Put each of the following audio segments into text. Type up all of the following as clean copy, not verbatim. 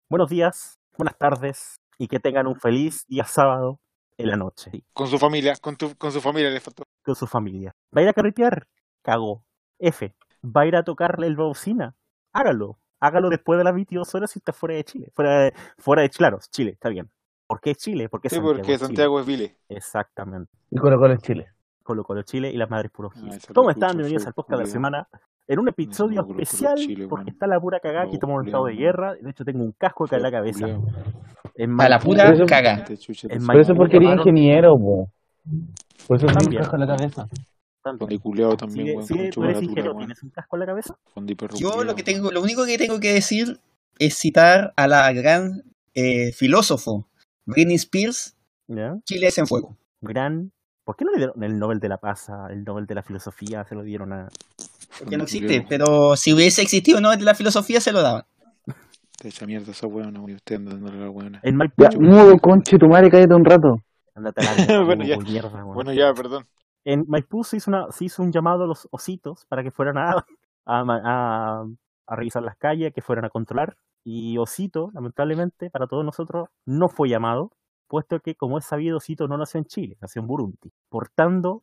buenos días, buenas tardes y que tengan un feliz día sábado en la noche Con su familia, con su familia le faltó. con su familia. ¿Va a ir a carretear? Cagó. F. ¿Va a ir a tocarle el bocina? Hágalo. Hágalo después de las 22 horas si está fuera de Chile. Fuera de Chile, claro, Chile, está bien. ¿Por qué Chile? Porque Sí, Santiago porque es Chile. Santiago es Vile. Exactamente. Y Colo-Colo es Chile. Colo Chile y las madres puros Ah, gis. esa ¿Cómo la están? escucho, Bienvenidos soy al podcast de la culiao. semana. En un episodio Colo-Colo especial, Chile, porque weón. está la pura cagada. Aquí estamos en un estado de Culiao, guerra. De hecho, tengo un casco acá en la cabeza. Culiao. En A la Maipú, pura Pero eso- caga. Te chucha, en te Pero eso Maipú es porque eres llamaron ingeniero, po. Por eso También. tienes un casco en la cabeza. también. Fondi culiao también, Sigue, weón, sigue, con tú eres chuparatura, ingeniero, weón. ¿tienes un casco en la cabeza? Fondi perro Yo culiao, lo único que tengo que decir es citar a la gran filósofo Britney Spears, ¿Ya? Chile es en fuego. Gran. ¿Por qué no le dieron el Nobel de la Paz, el Nobel de la Filosofía? Se lo dieron a. Porque no Fondi existe, culiao. pero si hubiese existido no de la filosofía se lo daban. Te echa mierda esa weona, weón. Usted anda dándole la weona. En Maipú. Ya, mudo, conche tu madre, cállate un rato. Ándate a la mierda, Bueno, ya. mierda, weón. Bueno, ya, perdón. En Maipú se hizo un llamado a los ositos para que fueran a revisar las calles, que fueran a controlar. Y Osito, lamentablemente, para todos nosotros, no fue llamado, puesto que, como es sabido, Osito no nació en Chile, nació en Burundi. Por tanto,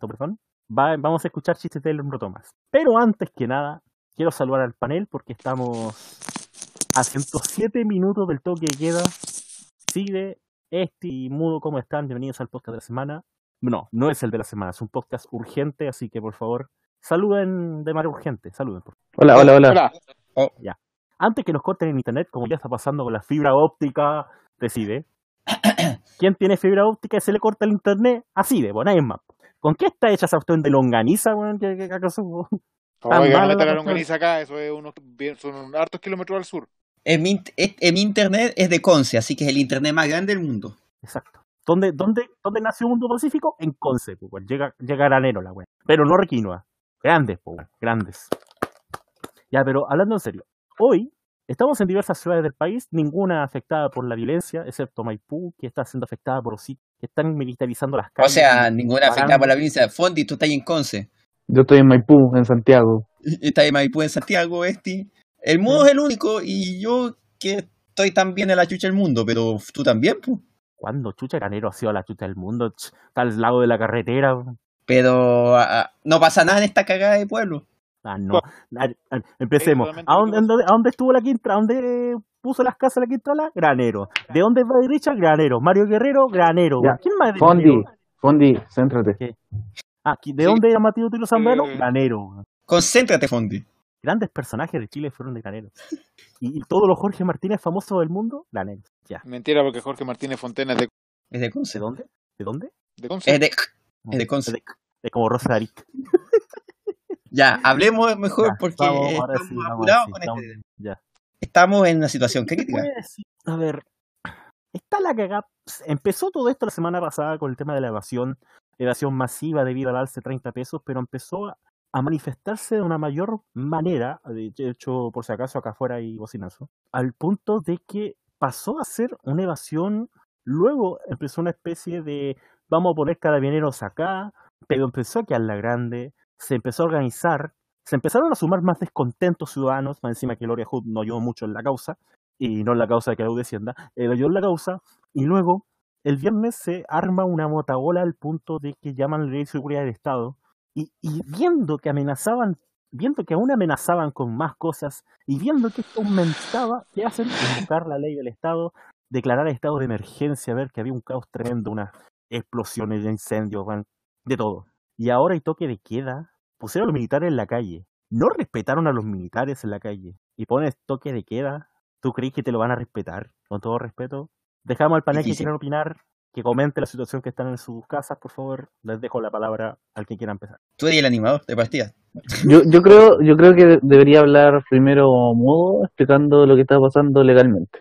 vamos a escuchar chistes de un rato más. Pero antes que nada, quiero saludar al panel porque estamos a 107 minutos del toque de queda. Sigue y Mudo, ¿cómo están? Bienvenidos al podcast de la semana. No es el de la semana, es un podcast urgente, así que por favor, saluden de manera urgente, saluden. Por favor. Hola. Hola. Antes que nos corten en internet, como ya está pasando con la fibra óptica, decide. ¿Quién tiene fibra óptica y se le corta el internet? Así de, bueno, nadie más. ¿Con qué está hecha esa cuestión de longaniza, weón? ¿Qué acaso? Tan Oiga, no mala meta la la cuestión. longaniza acá, eso es son hartos kilómetros al sur. Mi internet es de Conce, así que es el internet más grande del mundo. Exacto. ¿Dónde nació Mundo Pacífico? En Conce, pues, weón. Llega granero la weón. Pero no requinoa. Grandes, pues, weón. Grandes. Ya, pero hablando en serio. Hoy estamos en diversas ciudades del país, ninguna afectada por la violencia, excepto Maipú, que está siendo afectada por ositos que están militarizando las O calles. sea, ninguna afectada parando. por la violencia. Fondi, tú estás ahí en Conce. Yo estoy en Maipú, en Santiago. Estás en Maipú, en Santiago, El mundo es el único y yo que estoy también en la chucha del mundo, pero tú también, pues. ¿Cuándo chucha granero ha sido la chucha del mundo? Está al lado de la carretera. Weón. Pero no pasa nada en esta cagada de pueblo. Ah, no. Empecemos. totalmente ¿A lo que dónde estuvo la quinta? ¿A dónde puso las casas la quinta? Granero. ¿De dónde va derecha? Granero. Mario Guerrero, Granero. Ya. ¿Quién más es de Granero? Fondi, céntrate. ¿Qué? ¿De Sí. dónde era Matías Tilo Zambrano? Eh. Granero. Concéntrate, Fondi. Grandes personajes de Chile fueron de Granero. Y todos los Jorge Martínez famosos del mundo, Granero. Ya. Mentira, porque Jorge Martínez Fontena es Es de Conce. ¿De dónde? ¿De dónde? de Conce. Es de Conce. De como Rosa Daric. Ya, hablemos mejor Ya, porque vamos, ahora estamos sí, vamos apurados así, con estamos- este tema. Ya. Estamos en una situación ¿Qué crítica. puede decir? A ver, está la cagada. Empezó todo esto la semana pasada con el tema de la evasión masiva debido al alza de 30 pesos, pero empezó a manifestarse de una mayor manera, de hecho, por si acaso acá afuera hay bocinazo, al punto de que pasó a ser una evasión, luego empezó una especie de vamos a poner carabineros acá, pero empezó a quedar la grande, se empezó a organizar, se empezaron a sumar más descontentos ciudadanos, más encima que Gloria Hood no ayudó mucho en la causa, y no en la causa de que la U descienda, ayudó en la causa, y luego el viernes se arma una motabola al punto de que llaman a la ley de seguridad del Estado, y viendo que aún amenazaban con más cosas, y viendo que esto aumentaba, ¿qué hacen? Invocar la ley del Estado, declarar estado de emergencia, ver que había un caos tremendo, unas explosiones de incendios, de todo. Y ahora hay toque de queda. Pusieron a los militares en la calle. No respetaron a los militares en la calle. Y pones toque de queda. ¿Tú crees que te lo van a respetar? Con todo respeto. Dejamos al panel que Difícil. quieran opinar, que comente la situación que están en sus casas, por favor. Les dejo la palabra al que quiera empezar. Tú eres el animador de partida. Yo creo que debería hablar primero Mudo, explicando lo que está pasando legalmente.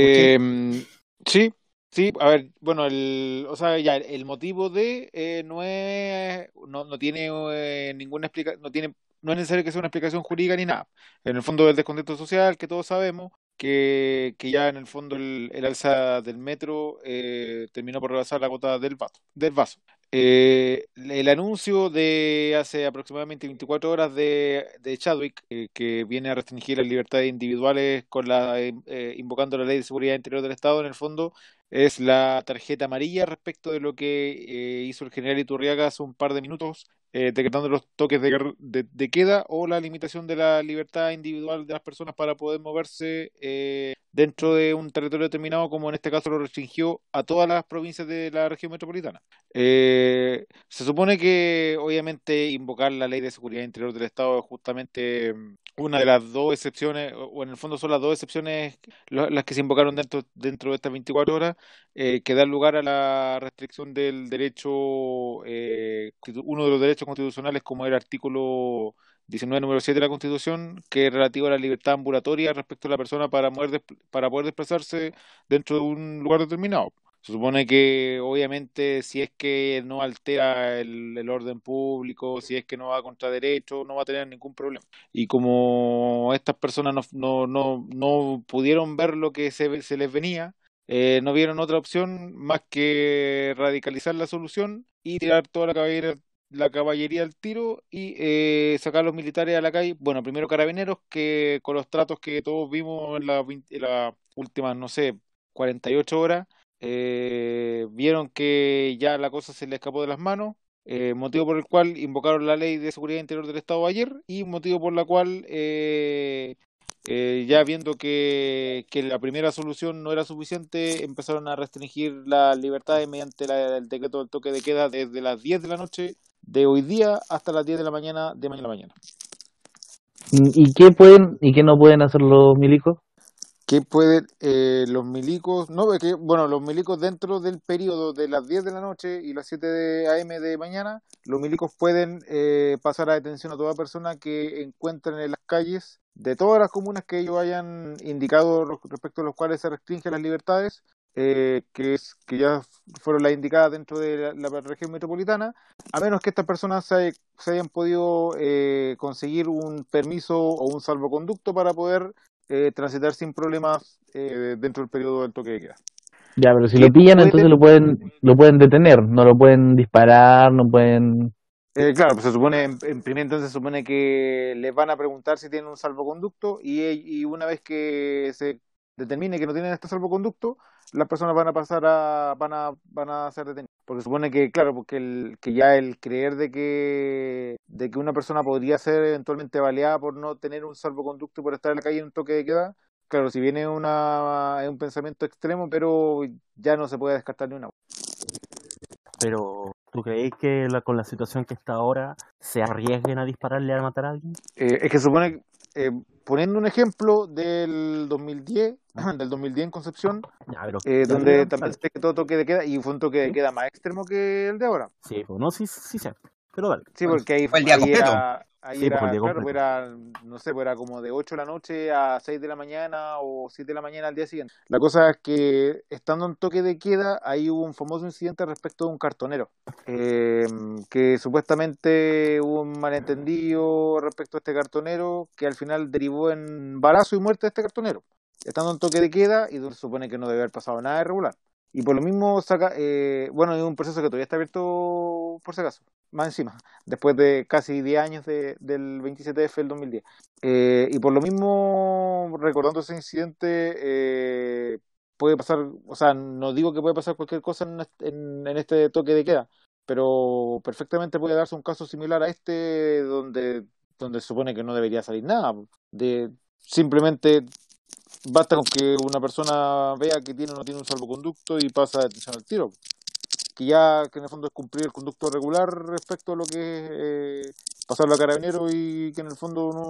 Sí, a ver, bueno, el motivo de no tiene ninguna explicación, no es necesario que sea una explicación jurídica ni nada. En el fondo del descontento social, que todos sabemos, que ya en el fondo el alza del metro terminó por rebasar la cota del vaso. El anuncio de hace aproximadamente 24 horas de Chadwick, que viene a restringir las libertades individuales invocando la Ley de Seguridad Interior del Estado, en el fondo, es la tarjeta amarilla respecto de lo que hizo el general Iturriaga hace un par de minutos, decretando los toques de queda o la limitación de la libertad individual de las personas para poder moverse dentro de un territorio determinado, como en este caso lo restringió a todas las provincias de la región metropolitana. Se supone que obviamente invocar la Ley de Seguridad Interior del Estado es justamente una de las dos excepciones, o en el fondo son las dos excepciones las que se invocaron dentro de estas 24 horas, que dan lugar a la restricción del derecho, uno de los derechos constitucionales, como el artículo 19, número 7 de la Constitución, que es relativo a la libertad ambulatoria respecto a la persona para poder desplazarse dentro de un lugar determinado. Se supone que obviamente si es que no altera el orden público, si es que no va contra derecho, no va a tener ningún problema. Y como estas personas no pudieron ver lo que se les venía, no vieron otra opción más que radicalizar la solución y tirar toda la caballería al tiro y sacar a los militares a la calle. Bueno, primero carabineros, que con los tratos que todos vimos en las últimas, no sé, 48 horas, vieron que ya la cosa se les escapó de las manos, motivo por el cual invocaron la Ley de Seguridad Interior del Estado ayer y motivo por la cual ya viendo que la primera solución no era suficiente, empezaron a restringir las libertades mediante el decreto del toque de queda desde las 10 de la noche de hoy día hasta las 10 de la mañana de mañana. ¿Y qué pueden y qué no pueden hacer los milicos? ¿Qué pueden los milicos? No, es que, bueno, los milicos dentro del periodo de las 10 de la noche y las 7 de AM de mañana, los milicos pueden pasar a detención a toda persona que encuentren en las calles de todas las comunas que ellos hayan indicado respecto a los cuales se restringen las libertades, que ya fueron las indicadas dentro de la región metropolitana, a menos que estas personas se hayan podido conseguir un permiso o un salvoconducto para poder transitar sin problemas dentro del periodo del toque de queda. Ya, pero si ¿Qué lo pillan, pueden- entonces lo pueden detener, no lo pueden disparar, no pueden... Claro, pues se supone, en primer entonces se supone que les van a preguntar si tienen un salvoconducto y una vez que se determine que no tienen este salvoconducto, las personas van a pasar van a ser detenidas. Porque se supone que, claro, que ya el creer de que una persona podría ser eventualmente baleada por no tener un salvoconducto y por estar en la calle en un toque de queda, claro, si viene es un pensamiento extremo, pero ya no se puede descartar ni una. Pero, ¿tú creéis que con la situación que está ahora se arriesguen a dispararle a matar a alguien? Es que supone, poniendo un ejemplo del 2010, del 2010 en Concepción, Ya, pero, donde ya, también dale. se quedó toque de queda y fue un toque de queda más extremo que el de ahora. Sí, pues no, sí, sí, sí, pero dale. Sí, porque ahí, Fue el día ahí completo. era, Sí, pues, el día claro, completo. pues era, no sé, pues era como de 8 de la noche a 6 de la mañana o 7 de la mañana al día siguiente. La cosa es que estando en toque de queda, ahí hubo un famoso incidente respecto de un cartonero, que supuestamente hubo un malentendido respecto a este cartonero que al final derivó en balazo y muerte de este cartonero, estando en toque de queda y se supone que no debe haber pasado nada irregular. Y por lo mismo bueno, es un proceso que todavía está abierto por si acaso, más encima, después de casi 10 años del 27F del 2010. Y por lo mismo, recordando ese incidente, puede pasar, o sea, no digo que puede pasar cualquier cosa en este toque de queda, pero perfectamente puede darse un caso similar a este donde se supone que no debería salir nada. Simplemente basta con que una persona vea que tiene o no tiene un salvoconducto y pasa a detención al tiro. Que en el fondo es cumplir el conducto regular respecto a lo que es pasarlo a carabinero y que en el fondo no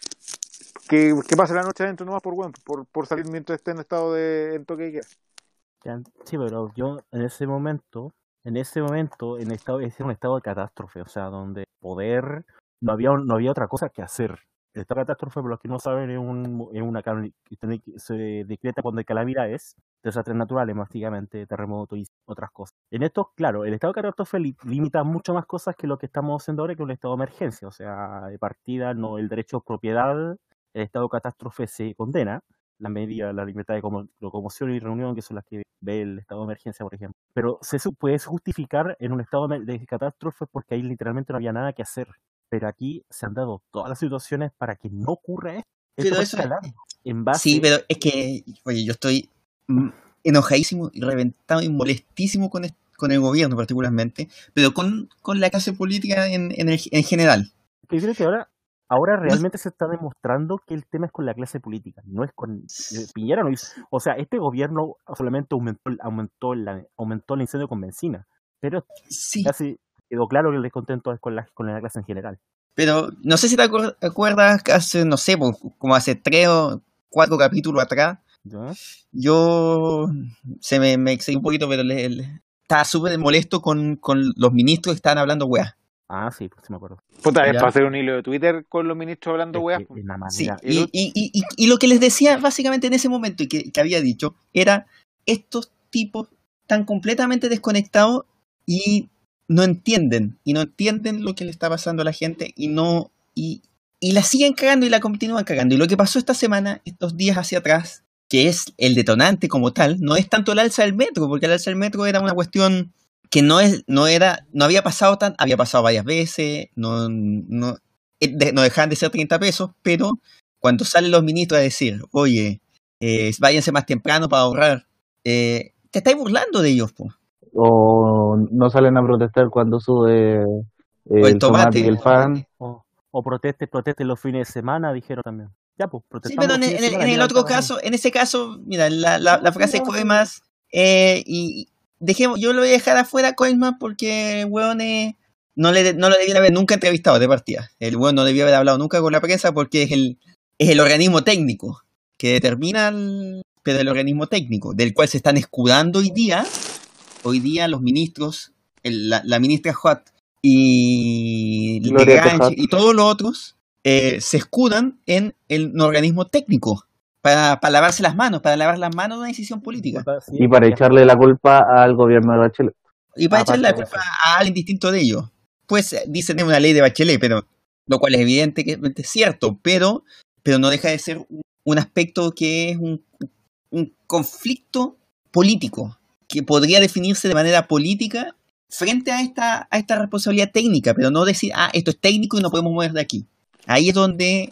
que pase la noche adentro nomás por salir mientras esté en estado en toque de queda. Sí, pero yo en ese momento, es un estado de catástrofe, o sea, donde no había otra cosa que hacer. El estado de catástrofe, por los que no saben, es una que se decreta cuando hay calamidades, desastres naturales, básicamente, terremotos y otras cosas. En esto, claro, el estado de catástrofe limita mucho más cosas que lo que estamos haciendo ahora, que un estado de emergencia. O sea, de partida, no, el derecho a propiedad, el estado de catástrofe se condena. la medida, la libertad de locomoción y reunión, que son las que ve el estado de emergencia, por ejemplo. Pero puede justificar en un estado de catástrofe porque ahí literalmente no había nada que hacer. Pero aquí se han dado todas las situaciones para que no ocurra esto. Esto Pero va eso, escalando en base... sí, pero es que, oye, yo estoy enojadísimo y reventado y molestísimo con el gobierno particularmente, pero con la clase política en general. Yo creo que ahora realmente se está demostrando que el tema es con la clase política, no es con Piñera. No hizo, o sea, este gobierno solamente aumentó el incendio con benzina, pero Sí, casi quedó claro que el descontento es con la clase en general. pero no sé si te acuerdas que hace, no sé, como hace 3 o 4 capítulos atrás, ¿Ya? yo me excedí un poquito, pero estaba súper molesto con los ministros que estaban hablando weá. Ah, sí, pues sí me acuerdo. Puta, es Ya. para hacer un hilo de Twitter con los ministros hablando Es weas. que es una Sí, manera... y lo que les decía básicamente en ese momento y que había dicho era, estos tipos están completamente desconectados y no entienden lo que le está pasando a la gente y la siguen cagando y la continúan cagando. Y lo que pasó esta semana, estos días hacia atrás, que es el detonante como tal, no es tanto el alza del metro, porque el alza del metro era una cuestión que no había pasado había pasado varias veces, no dejaban de ser 30 pesos, pero cuando salen los ministros a decir, oye, váyanse más temprano para ahorrar, te estáis burlando de ellos, po. O no salen a protestar cuando sube O el el tomate y tomate. el pan. O protesten los fines de semana, dijeron también. Ya, pues, Sí, protestamos pero los fines de semana. en el mira, otro está caso, en ese caso, mira, la frase de Coemas, y dejemos, yo lo voy a dejar afuera a Coemas porque, weón, no lo debiera haber nunca entrevistado de partida. El weón no debiera haber hablado nunca con la prensa porque es el organismo técnico que determina pero el organismo técnico, del cual se están escudando hoy día los ministros, la ministra Hot y Gloria Grange Tejada. y todos los otros, se escudan en el organismo técnico para lavarse las manos, para lavar las manos de una decisión política. Y para echarle la culpa al gobierno de Bachelet. Y para echarle la Aparte de culpa a alguien distinto de ellos. Pues dicen que es una ley de Bachelet, pero lo cual es evidente que es cierto, pero no deja de ser un aspecto que es un conflicto político, que podría definirse de manera política frente a esta responsabilidad técnica, pero no decir, esto es técnico y no podemos mover de aquí. Ahí es donde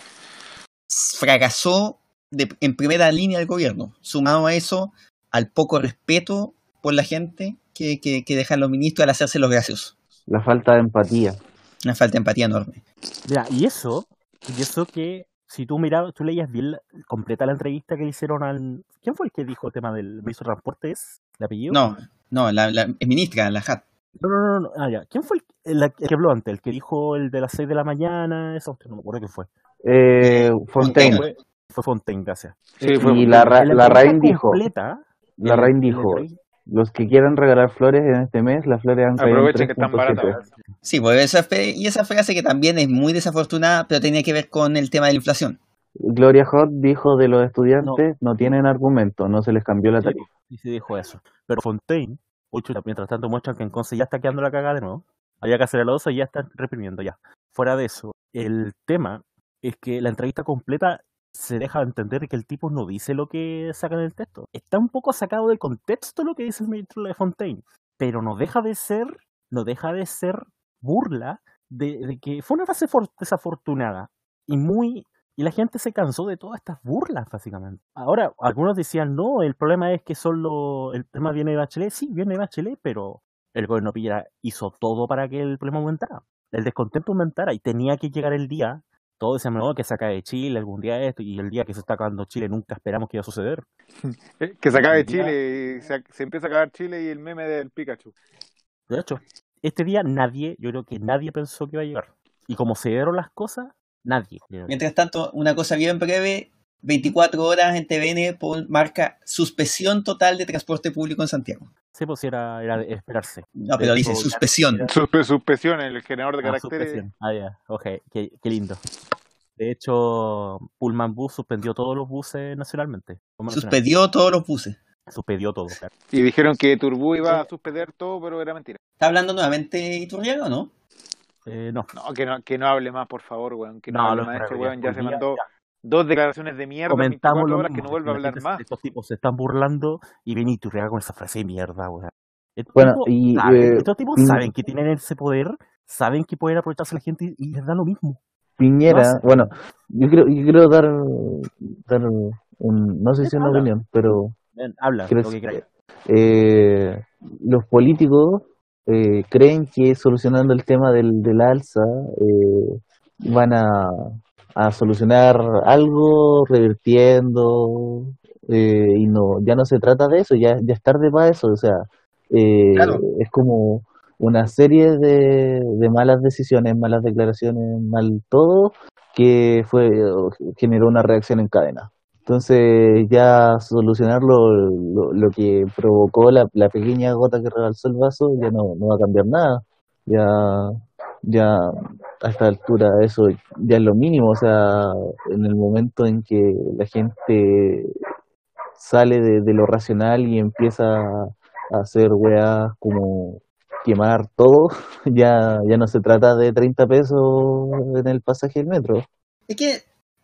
fracasó en primera línea el gobierno, sumado a eso, al poco respeto por la gente que dejan los ministros al hacerse los graciosos. La falta de empatía. Una falta de empatía enorme. Mira, y eso que si tú leías bien completa la entrevista que le hicieron al... ¿Quién fue el que dijo el tema del ministro de Transporte? ¿Es el apellido? No, la ministra, la JAT. No. Ya. ¿Quién fue el que habló antes? El que dijo el de las 6 de la mañana, eso, no me acuerdo quién fue. Fontaine. Fue Fontaine, gracias. Sí, fue Y la la Rain dijo, completa, los que quieran regalar flores en este mes, las flores han caído en aprovechen que están 3.7. baratas. Sí, pues esa frase que también es muy desafortunada, pero tenía que ver con el tema de la inflación. Gloria Hot dijo de los estudiantes, no tienen argumento, no se les cambió la tarifa. Y se dijo eso. Pero Fontaine, mientras tanto muestran que en Conce ya está quedando la cagada de nuevo. Había que hacer el oso y ya están reprimiendo ya. Fuera de eso, el tema es que la entrevista completa se deja entender que el tipo no dice lo que saca en el texto. Está un poco sacado del contexto lo que dice el ministro de Fontaine, pero no deja de ser burla de que fue una frase desafortunada y la gente se cansó de todas estas burlas, básicamente. Ahora, algunos decían, no, el problema es que el tema viene de Bachelet. Sí, viene de Bachelet, pero el gobierno Piñera hizo todo para que el problema aumentara. El descontento aumentara y tenía que llegar el día. Todos decían, no, que se acabe Chile algún día esto, y el día que se está acabando Chile nunca esperamos que iba a suceder. Que se acabe Chile, y se empieza a acabar Chile y el meme del Pikachu. De hecho, este día yo creo que nadie pensó que iba a llegar. Y como se dieron las cosas, nadie. Mientras tanto, una cosa bien breve, 24 horas en TVN marca suspensión total de transporte público en Santiago. Sí, pues era de esperarse. No, pero dice suspensión. Suspensión, el generador de caracteres. Suspensión. Ya, ok, qué lindo. De hecho, Pullman Bus suspendió todos los buses nacionalmente. Suspendió todos los buses. Suspendió todo, claro. Y dijeron que Turbú iba a suspender todo, pero era mentira. ¿Está hablando nuevamente Iturriaga o no? No. No, que no hable más, por favor, weón. Que no hable más. Este weón ya se mandó 2 declaraciones de mierda en Comentamos 24 lo horas que mismo. no vuelve a hablar más. Estos tipos se están burlando y ven y tú con esa frase de mierda, weón. Bueno, y Estos tipos saben que tienen ese poder, saben que pueden aprovecharse a la gente y les da lo mismo. Piñera, bueno, yo quiero dar no sé si una Habla. opinión, pero Ven, habla, creo lo que quieras. los políticos creen que solucionando el tema del alza van a solucionar algo, revirtiendo, y ya no se trata de eso, ya es tarde para eso, o sea, Claro. es como una serie de malas decisiones, malas declaraciones, mal todo, que generó una reacción en cadena. Entonces ya solucionar lo que provocó la pequeña gota que rebalsó el vaso ya no va a cambiar nada. Ya a esta altura eso ya es lo mínimo. O sea, en el momento en que la gente sale de lo racional y empieza a hacer weas como quemar todo, ya no se trata de 30 pesos en el pasaje del metro. Es que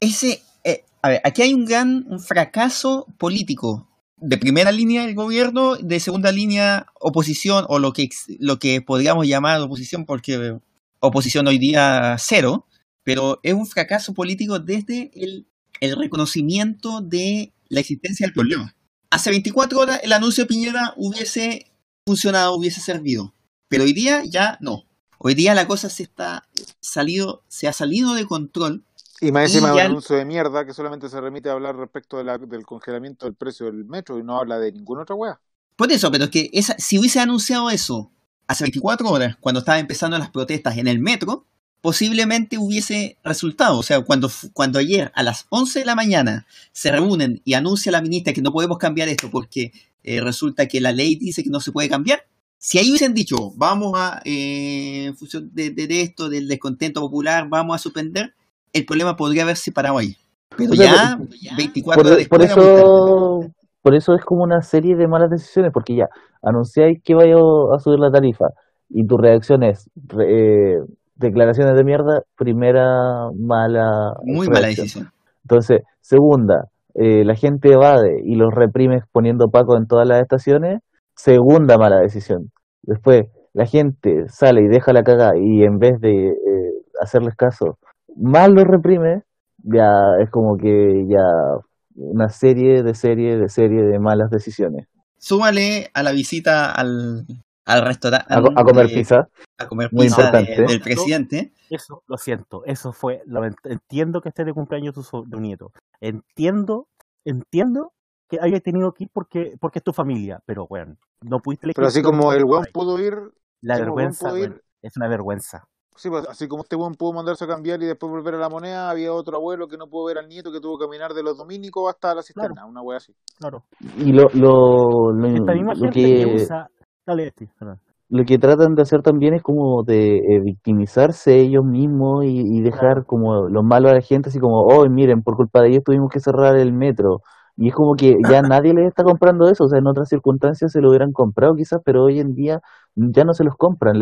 a ver, aquí hay un fracaso político de primera línea del gobierno, de segunda línea oposición, o lo que podríamos llamar oposición, porque oposición hoy día cero, pero es un fracaso político desde el reconocimiento de la existencia del problema. Hace 24 horas el anuncio de Piñera hubiese funcionado, hubiese servido, pero hoy día ya no. Hoy día la cosa se ha salido de control. Y más encima Y de ya- un anuncio de mierda que solamente se remite a hablar respecto del congelamiento del precio del metro y no habla de ninguna otra wea. Por eso, pero es que si hubiese anunciado eso hace 24 horas, cuando estaban empezando las protestas en el metro, posiblemente hubiese resultado. O sea, cuando ayer a las 11 de la mañana se reúnen y anuncia la ministra que no podemos cambiar esto porque resulta que la ley dice que no se puede cambiar, si ahí hubiesen dicho, vamos a, en función de esto, del descontento popular, vamos a suspender, el problema podría haberse parado ahí. Pero O sea, ya, 24 Por, horas por después, era muy tarde. por eso es como una serie de malas decisiones, porque ya anunciáis que vaya a subir la tarifa y tu reacción es declaraciones de mierda, primera mala Muy mala reacción. decisión. Entonces, segunda, la gente evade y los reprimes poniendo pacos en todas las estaciones, segunda mala decisión. Después, la gente sale y deja la cagada y en vez de hacerles caso, más los reprime, ya es como que ya una serie de malas decisiones. Súmale a la visita al restaurante A comer pizza, a comer muy pizza importante. del presidente. Eso, lo siento, eso fue, entiendo que esté de cumpleaños de tu nieto, entiendo que haya tenido que ir porque es tu familia, pero bueno, no pudiste elegir. Pero así como el weón pudo ir, La vergüenza, bueno, es una vergüenza. sí, pues, así como este weón pudo mandarse a cambiar y después volver a la moneda, había otro abuelo que no pudo ver al nieto que tuvo que caminar de los dominicos hasta la cisterna, Claro. una wea así. Claro. Y Esta misma lo gente que usa... Dale, sí, perdón. lo que tratan de hacer también es como de victimizarse ellos mismos y dejar como lo malo a la gente, así como, oh, miren, por culpa de ellos tuvimos que cerrar el metro. Y es como que ya nadie les está comprando eso, o sea, en otras circunstancias se lo hubieran comprado quizás, pero hoy en día ya no se los compran,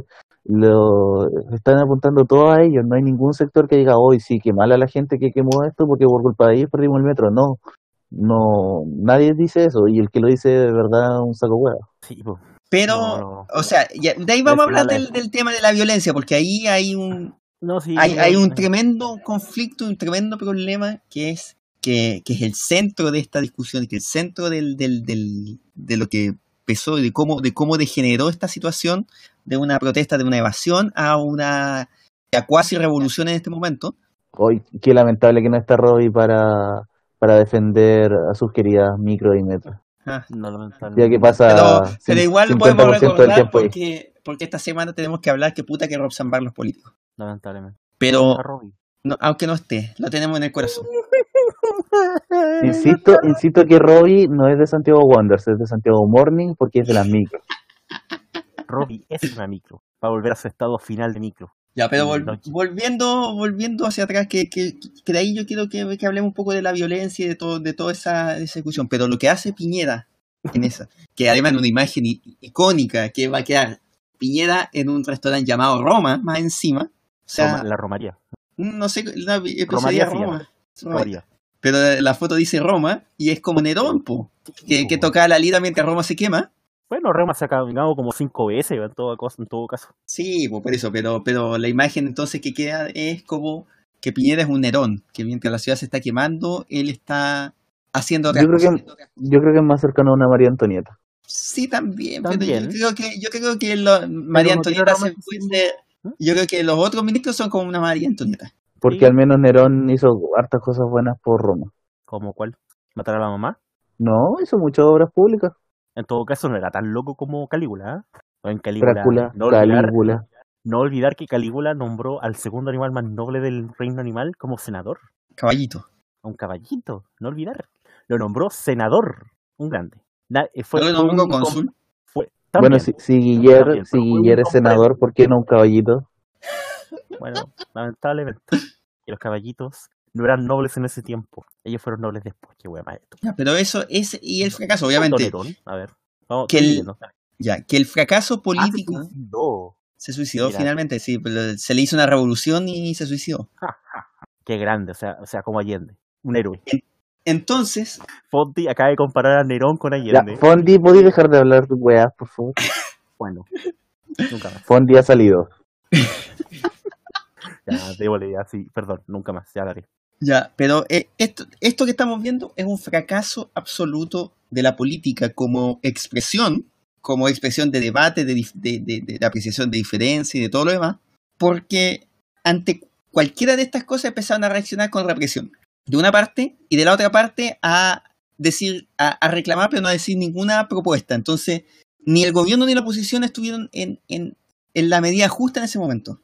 lo están apuntando todo a ellos, no hay ningún sector que diga, hoy sí, qué mala la gente que quemó esto porque por culpa de ellos perdimos el metro. No, nadie dice eso, y el que lo dice de verdad un saco hueá. Sí, pues. Pero, No. o sea, de ahí vamos a hablar del tema de la violencia, porque ahí hay un tremendo conflicto, un tremendo problema que es el centro de esta discusión, que es el centro de lo que empezó, de cómo degeneró esta situación de una protesta, de una evasión a una cuasi revolución en este momento. Hoy, qué lamentable que no está Robbie para defender a sus queridas micro y metro. No, lamentable. Ya que pasa pero igual lo 50% podemos del recordar tiempo ahí. porque esta semana tenemos que hablar que puta que Rob Zambar los políticos. Lamentablemente. Pero aunque no esté, lo tenemos en el corazón. Insisto que Robbie no es de Santiago Wanderers, es de Santiago Morning porque es de las micro. Robbie es una micro, va a volver a su estado final de micro. Ya, pero volviendo hacia atrás, que de ahí yo quiero que hablemos un poco de la violencia y de toda esa discusión. Pero lo que hace Piñera en esa, que además es una imagen icónica, que va a quedar Piñera en un restaurante llamado Roma, más encima. O sea, la Romaría. No sé, la Romaría Roma. María. Pero la foto dice Roma y es como Nerón, po, que toca la lira mientras Roma se quema. Bueno, Roma se ha caminado como 5 veces en todo caso. Sí, pues por eso, pero la imagen entonces que queda es como que Piñera es un Nerón, que mientras la ciudad se está quemando, él está haciendo otras cosas. Yo creo que es más cercano a una María Antonieta. Sí, también, También. pero yo creo que María no tiene Antonieta se romanticismo. puede. Yo creo que los otros ministros son como una María Antonieta. Porque Sí. al menos Nerón hizo hartas cosas buenas por Roma. ¿Cómo cuál? ¿Matar a la mamá? No, hizo muchas obras públicas. En todo caso, no era tan loco como Calígula. ¿Eh? O en Calígula. Drácula, Calígula. Calígula. No olvidar que Calígula nombró al segundo animal más noble del reino animal como senador. Caballito. A un caballito, no olvidar. Lo nombró senador. Un grande. ¿No lo nombró cónsul? Bueno, si Guillermo es senador, ¿por qué no un caballito? Bueno, lamentablemente. Y los caballitos no eran nobles en ese tiempo. Ellos fueron nobles después. Qué wea más esto. Ya, pero eso es. Y el fracaso, obviamente. Nerón, a ver. Vamos, Que el fracaso político. Se suicidó Mira. Finalmente, sí. Se le hizo una revolución y se suicidó. Qué grande, o sea, como Allende. Un héroe. Entonces. Fondi acaba de comparar a Nerón con Allende. Ya, Fondi, ¿podés dejar de hablar de weas, por favor? Bueno, nunca más. Fondi ha salido. Ya, débole, ya, sí, perdón, nunca más, ya daré. Ya, pero esto que estamos viendo es un fracaso absoluto de la política como expresión de debate, de apreciación de diferencia y de todo lo demás, porque ante cualquiera de estas cosas empezaron a reaccionar con represión. De una parte, y de la otra parte a decir, a reclamar, pero no a decir ninguna propuesta. Entonces, ni el gobierno ni la oposición estuvieron en la medida justa en ese momento.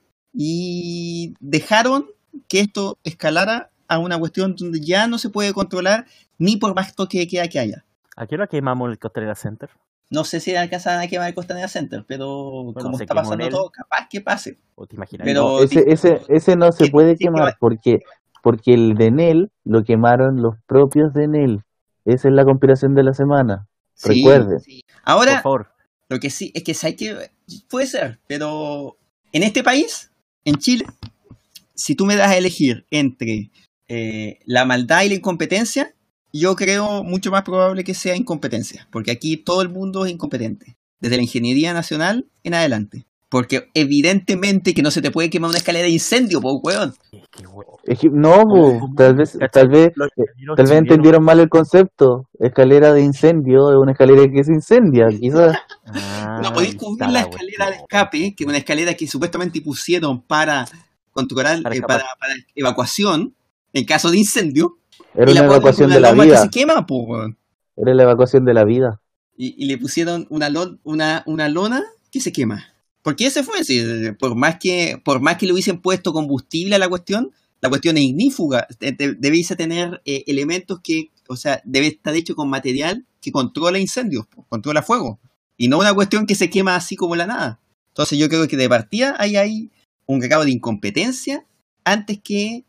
Y dejaron que esto escalara a una cuestión donde ya no se puede controlar ni por más toque de queda que haya. ¿A qué hora quemamos el Costanera Center? No sé si alcanzan a quemar el Costanera Center, pero Bueno, como se está quemó pasando en él. todo, capaz que pase. ¿O te imaginas? Pero No, ese no se puede quemar porque el de Enel lo quemaron los propios de Enel. Esa es la conspiración de la semana. Sí, Recuerden. sí. Ahora, por favor. lo que sí es que puede ser, pero en este país, en Chile, si tú me das a elegir entre la maldad y la incompetencia, yo creo mucho más probable que sea incompetencia, porque aquí todo el mundo es incompetente, desde la ingeniería nacional en adelante. Porque evidentemente que no se te puede quemar una escalera de incendio, po, weón. Es que no, tal vez entendieron mal el concepto. Escalera de incendio es una escalera que se incendia, quizás. No podéis cubrir la escalera de escape, que es una escalera que supuestamente pusieron para controlar, para evacuación en caso de incendio. Era una evacuación de la vida. Que se quema, po, weón. Era la evacuación de la vida. Y le pusieron una lona que se quema. Porque ese fue, sí, por más que le hubiesen puesto combustible a la cuestión es ignífuga. Debiese tener elementos que, o sea, debe estar hecho con material que controla incendios, controla fuego. Y no una cuestión que se quema así como la nada. Entonces yo creo que de partida ahí hay un grado de incompetencia antes que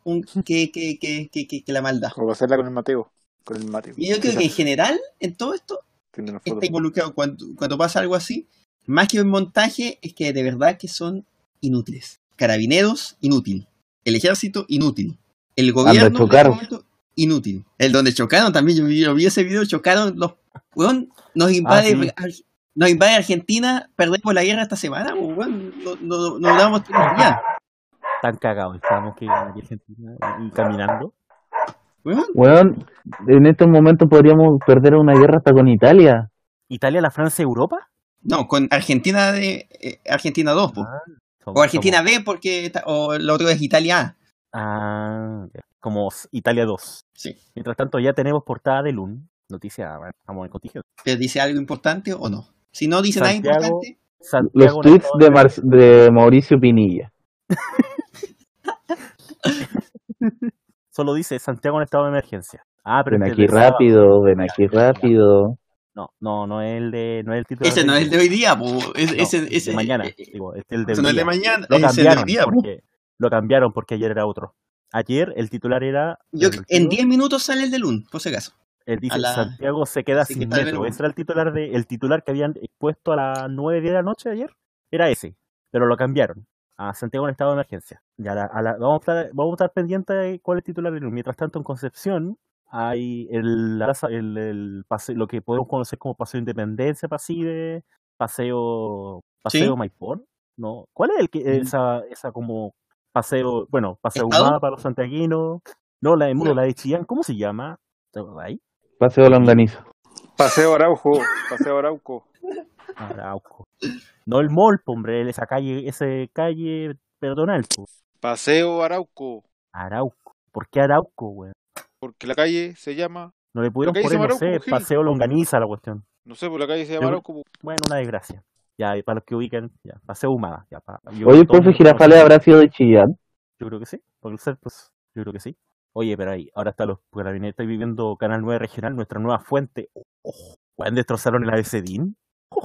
la maldad. Como hacerla con el Mateo. Y yo creo que en general, en todo esto, está involucrado cuando pasa algo así. Más que un montaje, es que de verdad que son inútiles. Carabineros, inútil. El ejército, inútil. El gobierno, inútil. El donde chocaron también, yo vi ese video, chocaron los... Weón, nos invade Argentina, perdemos la guerra esta semana, weón, no damos 3 días. Tan cagados, estábamos que aquí en Argentina y caminando. Weón, en estos momentos podríamos perder una guerra hasta con Italia. ¿Italia, la Francia, Europa? No, con Argentina Argentina 2, o Argentina B, o lo otro es Italia A. Como Italia 2. Sí. Mientras tanto, ya tenemos portada de LUN. Noticia, vamos en contingente. ¿Pero dice algo importante o no? Si no dice nada importante... Los tweets de Mauricio Pinilla. Solo dice Santiago en estado de emergencia. Pero ven aquí rápido. No es el título. Ese no es el de hoy día, ese de mañana. Digo, el de no es de mañana, lo cambiaron, lo cambiaron porque ayer era otro. Ayer el titular era... en 10 minutos sale el de LUN, por si acaso. Él dice, Santiago se queda sin metro. Ese era el titular que habían expuesto a las 9:10 de la noche ayer. Era ese, pero lo cambiaron. a Santiago en estado de emergencia. Ya vamos a estar pendientes de cuál es el titular del lunes. Mientras tanto, en Concepción hay lo que podemos conocer como Paseo Independencia, Paseo ¿Sí? Maipón, ¿no? ¿Cuál es esa como paseo, bueno, Paseo ¿Estado? Humada para los santiaguinos? No, la de Muro, la de Chillán, ¿cómo se llama? ¿Te acordáis? Paseo Longaniza. Paseo Arauco. Arauco. No el mall, po, hombre, esa calle peatonal, po. Paseo Arauco. Arauco. ¿Por qué Arauco, weón? Porque la calle se llama... No le La pudieron calle se poner, llama no sé, Arauco, Gil. Paseo Longaniza la cuestión. No sé, pues la calle se llama Seguro- Arauco. Bueno, una desgracia. Ya, y para los que ubican, ya, Paseo Humada. Ya, Oye, el profe Girafales habrá sido de Chillán. Yo creo que sí, por ser, pues, yo creo que sí. Oye, pero ahí, ahora está los carabineros, estoy viviendo Canal 9 Regional, nuestra nueva fuente. ¿Pueden destrozar el ABCDIN?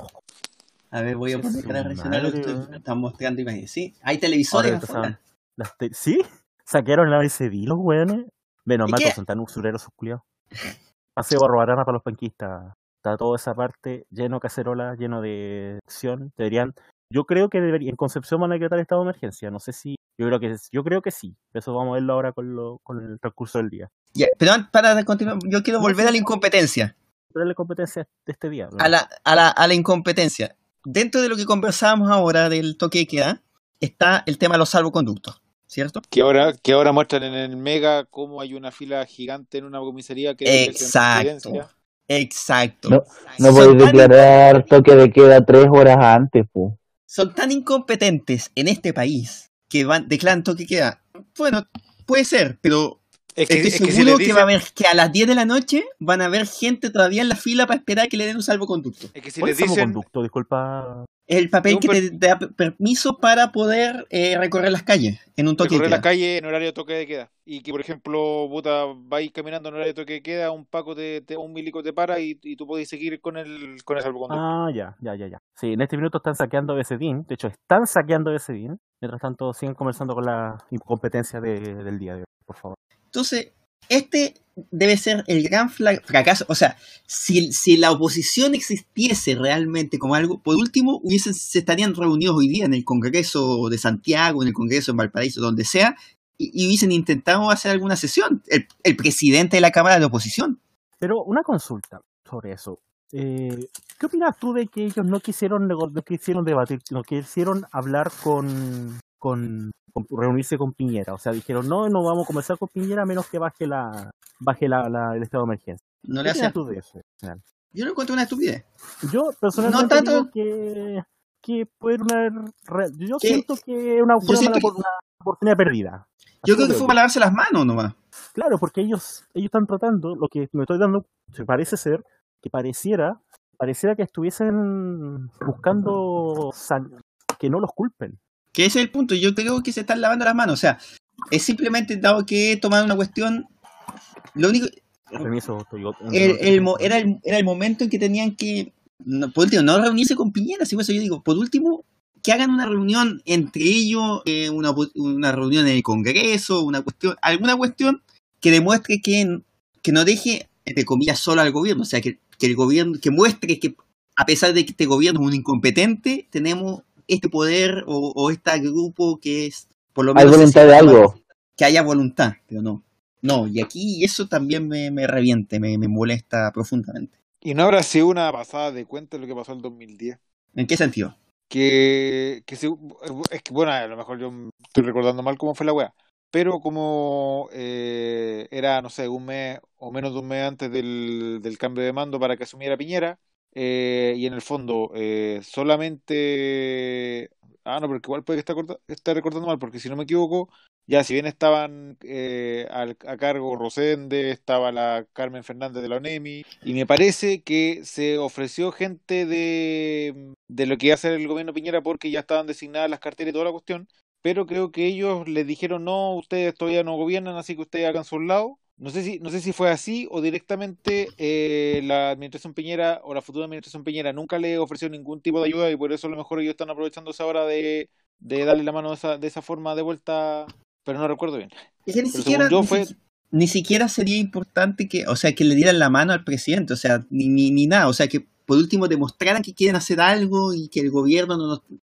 A ver, voy a poner Su Canal Regional, lo madre, que weón. están mostrando imágenes. Sí, hay televisores Ahora afuera. ¿Sí? ¿Saquearon el ABCDIN los weones? Menos ¿Y mal, qué? pues son tan usureros sus culiados. Paseo Barbarana para los panquistas. Está toda esa parte lleno de cacerola, lleno de acción. Yo creo que en Concepción van a decretar estado de emergencia. No sé si. Yo creo que sí. Eso vamos a verlo ahora con el transcurso del día. Ya, pero para continuar, yo quiero No, volver sí, a la incompetencia. Pero es la competencia de este día. ¿no? A la incompetencia. Dentro de lo que conversábamos ahora del toque de queda, está el tema de los salvoconductos, ¿cierto? Que ahora muestran en el Mega cómo hay una fila gigante en una comisaría que es Exacto. Exacto. No Son podéis tan declarar toque de queda 3 horas antes, pues. Son tan incompetentes en este país que declaran toque de queda. Bueno, puede ser, pero estoy si seguro les que va a dicen, haber que a las 10 de la noche van a haber gente todavía en la fila para esperar que le den un salvoconducto. es que si ¿Cuál les es dicen, salvoconducto? Disculpa. Es el papel Es un que te da permiso para poder recorrer las calles en un toque de recorrer la queda. calle en horario de toque de queda. Y que, por ejemplo, puta, vais caminando en horario de toque de queda, un Paco un milico te para y tú podés seguir con el salvoconducto. Ah, ya. Sí, en este minuto están saqueando BCDIN. De hecho, están saqueando BCDIN. Mientras tanto, siguen conversando con la incompetencia del día de hoy, por favor. Entonces, este debe ser el gran fracaso. O sea, si la oposición existiese realmente como algo, por último, se estarían reunidos hoy día en el Congreso de Santiago, en el Congreso de Valparaíso, donde sea, y hubiesen intentado hacer alguna sesión. El presidente de la Cámara de Oposición. Pero una consulta sobre eso. ¿Qué opinas tú de que ellos no quisieron debatir, no quisieron hablar con reunirse con Piñera? O sea, dijeron, no vamos a conversar con Piñera a menos que baje el estado de emergencia. No ¿Qué le opinas hacen. tú de eso? Yo lo encuentro una estupidez. Yo personalmente No tanto- digo que puede yo ¿Qué? siento que una siento que- oportunidad perdida. Yo Así creo que lo fue veo. para lavarse las manos nomás. Claro, porque ellos están tratando, lo que me estoy dando, se parece ser, que pareciera que estuviesen buscando que no los culpen. Que ese es el punto. Yo creo que se están lavando las manos. O sea, es simplemente dado que tomar una cuestión. Lo único. Permiso, Era el momento en que tenían que. Por último, no reunirse con Piñera. Si por eso yo digo, por último, que hagan una reunión entre ellos, una reunión en el Congreso, alguna cuestión que demuestre que no deje, entre comillas, solo al gobierno. O sea, que el gobierno, que muestre que a pesar de que este gobierno es un incompetente, tenemos este poder o este grupo que es, por lo Hay menos, voluntad de algo. que haya voluntad, pero no. No, y aquí eso también me reviente, me molesta profundamente. ¿Y no habrá sido una pasada de cuenta de lo que pasó en el 2010? ¿En qué sentido? Es que, bueno, a lo mejor yo estoy recordando mal cómo fue la wea, pero como era, no sé, un mes o menos de un mes antes del cambio de mando para que asumiera Piñera, y en el fondo solamente... Ah, no, porque igual puede que esté recordando mal, porque si no me equivoco, ya si bien estaban a cargo Rosende, estaba la Carmen Fernández de la ONEMI, y me parece que se ofreció gente de lo que iba a hacer el gobierno Piñera porque ya estaban designadas las carteras y toda la cuestión, pero creo que ellos les dijeron, no, ustedes todavía no gobiernan, así que ustedes hagan su lado. No sé si fue así o directamente la administración Piñera o la futura administración Piñera nunca le ofreció ningún tipo de ayuda y por eso a lo mejor ellos están aprovechando esa hora de darle la mano de esa forma de vuelta, pero no recuerdo bien. Es que Pero ni siquiera sería importante que le dieran la mano al presidente, o sea, ni nada, o sea, que por último demostraran que quieren hacer algo y que el gobierno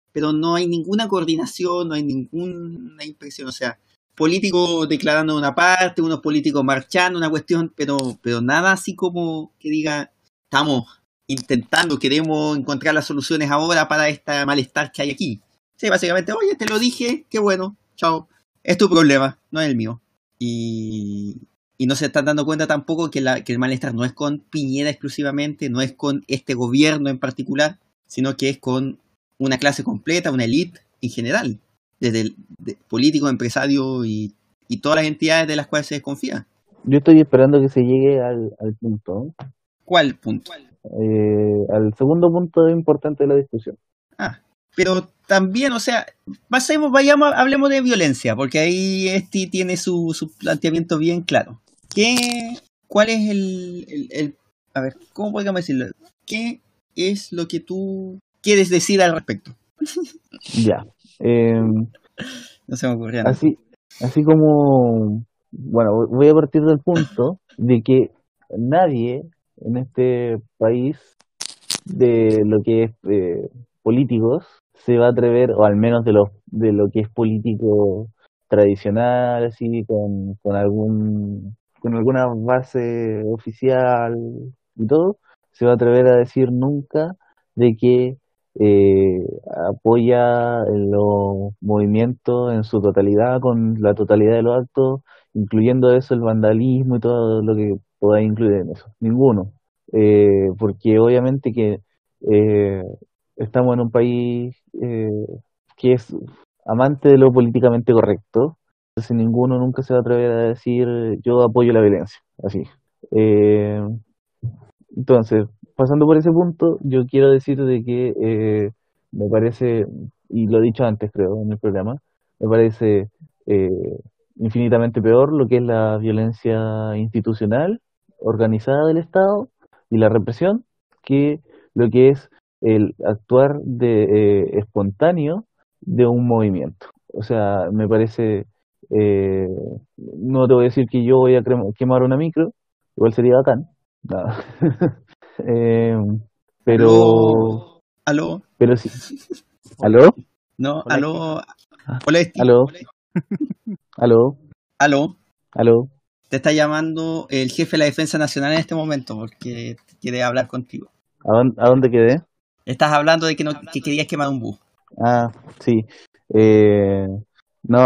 pero no hay ninguna coordinación, no hay ninguna impresión. O sea, políticos declarando una parte, unos políticos marchando, una cuestión, pero nada así como que diga, estamos intentando, queremos encontrar las soluciones ahora para este malestar que hay aquí. Sí, básicamente, oye, te lo dije, qué bueno, chao. Es tu problema, no es el mío. Y no se están dando cuenta tampoco que el malestar no es con Piñera exclusivamente, no es con este gobierno en particular, sino que es con una clase completa, una élite en general, desde el político, empresario y todas las entidades de las cuales se desconfía. Yo estoy esperando que se llegue al punto, ¿Cuál punto? al segundo punto importante de la discusión. Pero también, o sea, hablemos de violencia, porque ahí este tiene su planteamiento bien claro. ¿Cuál es a ver, ¿cómo podríamos decirlo? ¿Qué es lo que tú quieres decir al respecto? Ya. No se me ocurría nada. Así como, bueno, voy a partir del punto de que nadie en este país de lo que es políticos se va a atrever, o al menos de lo que es político tradicional, así con alguna base oficial y todo, se va a atrever a decir nunca de que apoya los movimientos en su totalidad, con la totalidad de los actos, incluyendo eso el vandalismo y todo lo que podáis incluir en eso. Ninguno. Porque obviamente que eh, estamos en un país que es amante de lo políticamente correcto, entonces ninguno nunca se va a atrever a decir yo apoyo la violencia, así. Eh, entonces, pasando por ese punto, yo quiero decir de que me parece, y lo he dicho antes creo en el programa, me parece eh, infinitamente peor lo que es la violencia institucional, organizada del Estado y la represión, que lo que es el actuar espontáneo de un movimiento. O sea, me parece, eh, no te voy a decir que yo voy a quemar una micro, igual sería bacán. No. Eh, pero, ¿Aló? pero sí. ¿Aló? No, Hola, aló. Hola, Steve. ¿Aló? ¿Aló? Aló. ¿Aló? Te está llamando el jefe de la Defensa Nacional en este momento porque quiere hablar contigo. ¿A dónde quedé? Estás hablando de que querías quemar un bus. Ah, sí. No,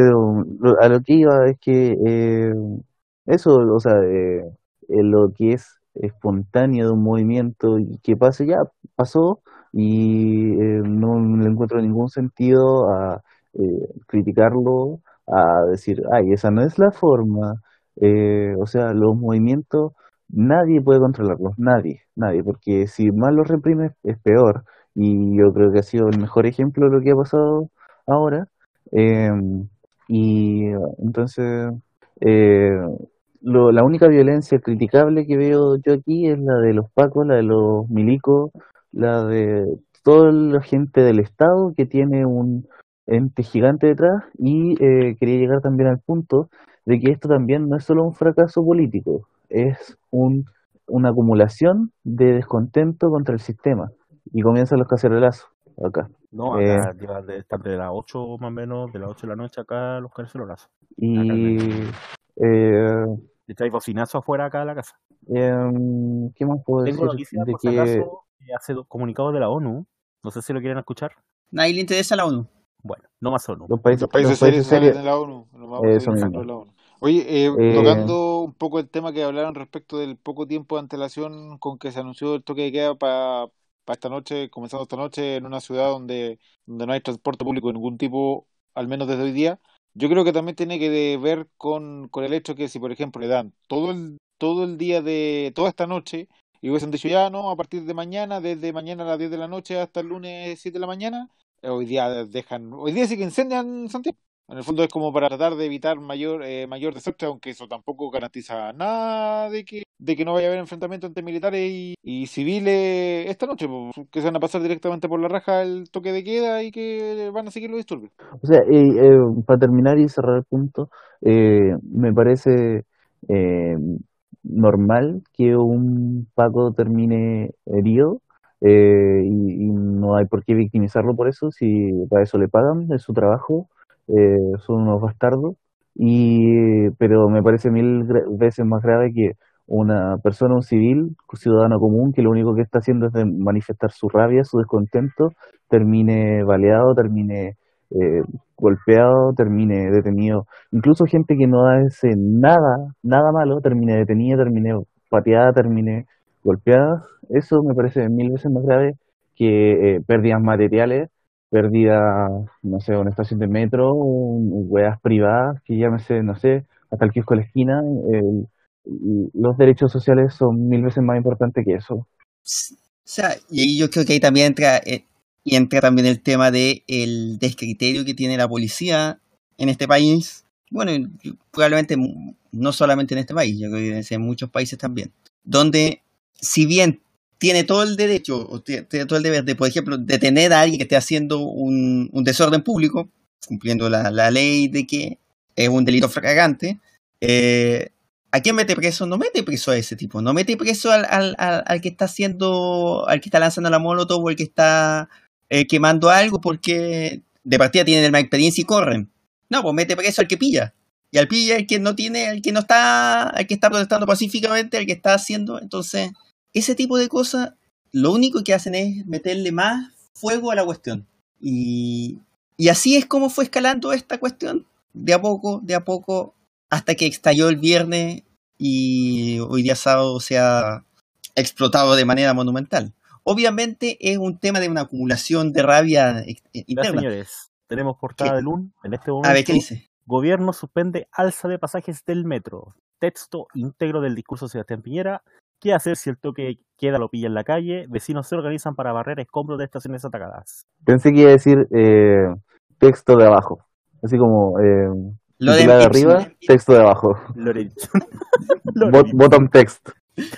a lo que iba es que eso, o sea, lo que es espontáneo de un movimiento y que pase ya, pasó y no le encuentro ningún sentido a criticarlo, a decir, ay, esa no es la forma. O sea, los movimientos nadie puede controlarlos, nadie, porque si más los reprimes es peor y yo creo que ha sido el mejor ejemplo de lo que ha pasado ahora. Eh, y entonces, eh, la única violencia criticable que veo yo aquí es la de los pacos, la de los milicos, la de toda la gente del Estado que tiene un ente gigante detrás y quería llegar también al punto de que esto también no es solo un fracaso político, es una acumulación de descontento contra el sistema y comienzan los cacerolazos acá. No, Eh, acá lleva de estar de las 8 más o menos, de las 8 de la noche acá los cacerolazos. Acá y de hecho hay bocinazo afuera acá de la casa. ¿qué más puedo Tengo decir? noticias, De por si que acaso, hace comunicados de la ONU. No sé si lo quieren escuchar. Nadie le interesa a la ONU. Bueno, no más ONU. los países, Los países los serios países salen serios, de la ONU, nos vamos a eso seguir mismo. dentro de la ONU. Oye, Eh, tocando un poco el tema que hablaron respecto del poco tiempo de antelación con que se anunció el toque de queda para esta noche, comenzando esta noche en una ciudad donde no hay transporte público de ningún tipo, al menos desde hoy día, yo creo que también tiene que ver con el hecho que si, por ejemplo, le dan todo el día de toda esta noche y hubiesen dicho ya, no, a partir de mañana, desde mañana a las 10 de la noche hasta el lunes 7 de la mañana, hoy día sí que incendian Santiago. En el fondo es como para tratar de evitar mayor desastre, aunque eso tampoco garantiza nada de que no vaya a haber enfrentamiento entre militares y civiles esta noche, pues, que se van a pasar directamente por la raja el toque de queda y que van a seguir los disturbios. o sea, para terminar y cerrar el punto, me parece eh, normal que un Paco termine herido y no hay por qué victimizarlo por eso, si para eso le pagan, es su trabajo, son unos bastardos, pero me parece veces más grave que una persona, un civil, un ciudadano común, que lo único que está haciendo es de manifestar su rabia, su descontento, termine baleado, termine golpeado, termine detenido. Incluso gente que no hace nada malo, termine detenida, termine pateada, termine golpeada. Eso me parece 1000 veces más grave que pérdidas materiales, pérdidas, no sé, una estación de metro, weas privadas, que llámese, no sé, hasta el kiosco de la esquina. Los derechos sociales son 1000 veces más importantes que eso. O sea, y ahí yo creo que ahí también entra también el tema de el descriterio que tiene la policía en este país. Bueno, probablemente no solamente en este país, yo creo que en muchos países también, donde si bien tiene todo el derecho o tiene todo el deber de, por ejemplo, detener a alguien que esté haciendo un desorden público, cumpliendo la ley de que es un delito flagrante, ¿a quién mete preso? No mete preso a ese tipo, no mete preso al que está haciendo, al que está lanzando la molotov o el que está quemando algo porque de partida tienen más experiencia y corren. No, pues mete preso al que pilla. Y al pilla el que no tiene, el que no está, el que está protestando pacíficamente, el que está haciendo. Entonces, ese tipo de cosas, lo único que hacen es meterle más fuego a la cuestión. Y así es como fue escalando esta cuestión, de a poco, hasta que estalló el viernes y hoy día sábado se ha explotado de manera monumental. Obviamente es un tema de una acumulación de rabia interna. Señores, tenemos portada del UN en este momento. A ver, ¿qué dice? Gobierno suspende alza de pasajes del metro. Texto íntegro del discurso de Sebastián Piñera. ¿Qué hacer si el toque queda lo pilla en la calle? Vecinos se organizan para barrer escombros de estaciones atacadas. Pensé que iba a decir texto de abajo. Así como titular de arriba, texto de abajo. Bottom text.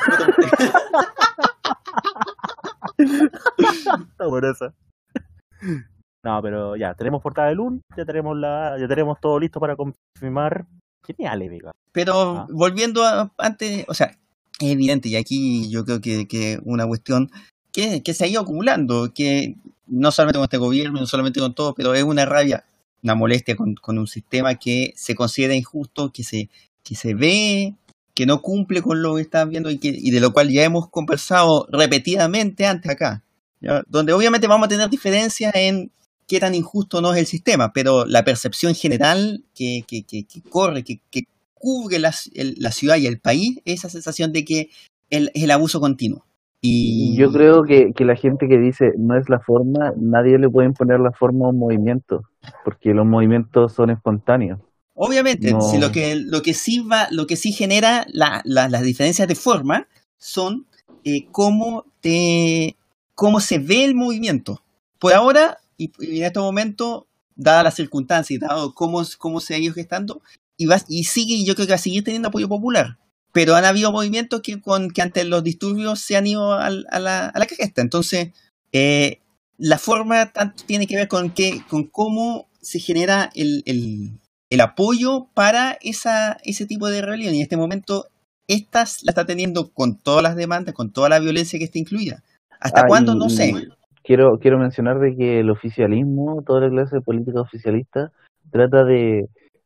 Está buena esa. No, pero ya, tenemos portada del UN, ya tenemos todo listo para confirmar. Genial, Vega. Pero volviendo a antes, o sea, es evidente, y aquí yo creo que una cuestión que se ha ido acumulando, que no solamente con este gobierno, no solamente con todo, pero es una rabia, una molestia con un sistema que se considera injusto, que se ve que no cumple con lo que están viendo y de lo cual ya hemos conversado repetidamente antes acá, ¿ya? Donde obviamente vamos a tener diferencias en qué tan injusto no es el sistema, pero la percepción general que corre, que cubre la ciudad y el país, esa sensación de que es el abuso continuo. Y yo creo que la gente que dice no es la forma, nadie le puede imponer la forma a un movimiento, porque los movimientos son espontáneos. Obviamente, No. Si lo que sí genera las diferencias de forma son cómo se ve el movimiento. Por ahora, y en este momento, dadas las circunstancias y dado cómo se ha ido gestando, y sigue, yo creo que va a seguir teniendo apoyo popular. Pero han habido movimientos que ante los disturbios se han ido a la cresta. Entonces, la forma tanto tiene que ver con cómo se genera el apoyo para ese tipo de rebelión. Y en este momento, la está teniendo con todas las demandas, con toda la violencia que está incluida. ¿Hasta cuándo? No sé. Quiero mencionar de que el oficialismo, toda la clase de política oficialista, trata de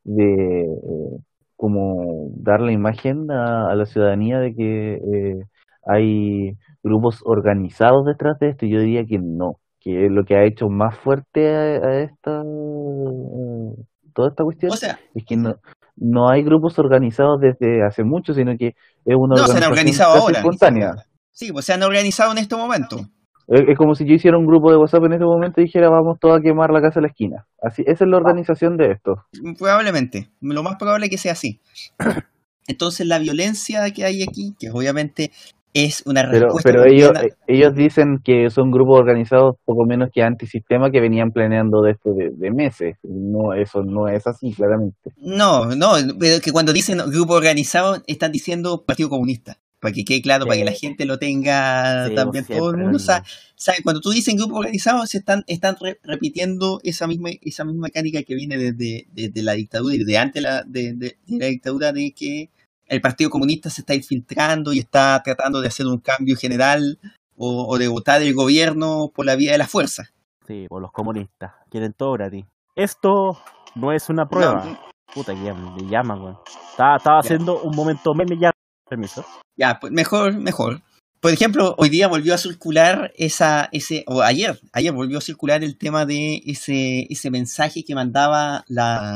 como dar la imagen a la ciudadanía de que hay grupos organizados detrás de esto, y yo diría que no, que lo que ha hecho más fuerte a toda esta cuestión, o sea, es que no hay grupos organizados desde hace mucho, sino que es una organización se han organizado casi ahora, espontánea. Sí, pues se han organizado en este momento. Es como si yo hiciera un grupo de WhatsApp en este momento y dijera vamos todos a quemar la casa de la esquina. Así, esa es la organización de esto. Probablemente, lo más probable es que sea así. Entonces la violencia que hay aquí, que obviamente es una respuesta... Pero ellos dicen que son grupos organizados poco menos que antisistema que venían planeando de esto de meses. No, eso no es así, claramente. No, pero que cuando dicen grupo organizado están diciendo Partido Comunista. Para que quede claro, para que la gente lo tenga también, todo el mundo sabe. Cuando tú dices grupo organizado, se están repitiendo esa misma mecánica que viene desde la dictadura y de antes de la dictadura, de que el Partido Comunista se está infiltrando y está tratando de hacer un cambio general o de votar el gobierno por la vía de la fuerza. Sí, por los comunistas. Quieren todo gratis. Esto no es una prueba. No, Puta, que me llaman, weón. Estaba haciendo un momento meme ya. Permiso. ya, pues mejor. Por ejemplo, hoy día volvió a circular ayer volvió a circular el tema de ese mensaje que mandaba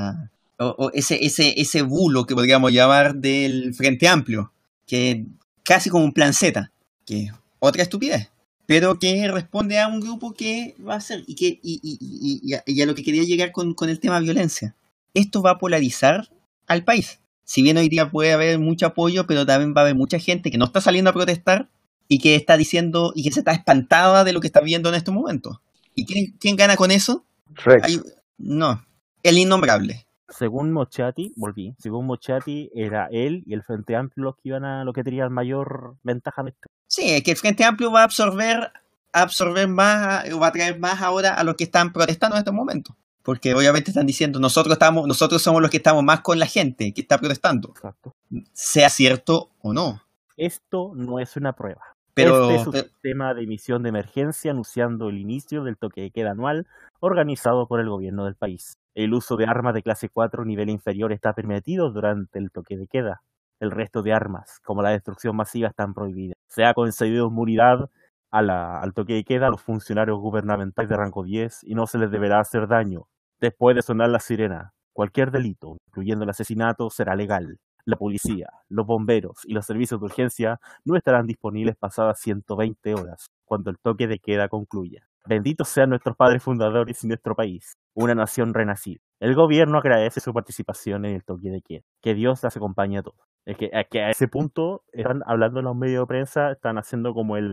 ese bulo que podríamos llamar del Frente Amplio, que casi como un plan Z, que es otra estupidez, pero que responde a un grupo que va a ser, y a lo que quería llegar con el tema violencia. Esto va a polarizar al país. Si bien hoy día puede haber mucho apoyo, pero también va a haber mucha gente que no está saliendo a protestar y que está diciendo y que se está espantada de lo que está viendo en estos momentos. ¿Y quién gana con eso? Shrek. No, el innombrable. Según Mochati, era él y el Frente Amplio los que lo que tenían mayor ventaja en esto. Sí, es que el Frente Amplio va a absorber más, o va a traer más ahora a los que están protestando en estos momentos. Porque obviamente están diciendo, nosotros somos los que estamos más con la gente que está protestando. Exacto. Sea cierto o no. Esto no es una prueba. Pero, Este es un sistema de emisión de emergencia anunciando el inicio del toque de queda anual organizado por el gobierno del país. El uso de armas de clase 4 nivel inferior está permitido durante el toque de queda. El resto de armas, como la destrucción masiva, están prohibidas. Se ha concedido inmunidad al toque de queda a los funcionarios gubernamentales de rango 10 y no se les deberá hacer daño. Después de sonar la sirena, cualquier delito, incluyendo el asesinato, será legal. La policía, los bomberos y los servicios de urgencia no estarán disponibles pasadas 120 horas, cuando el toque de queda concluya. Benditos sean nuestros padres fundadores y nuestro país, una nación renacida. El gobierno agradece su participación en el toque de queda. Que Dios las acompañe a todos. Es que a ese punto están hablando en los medios de prensa, están haciendo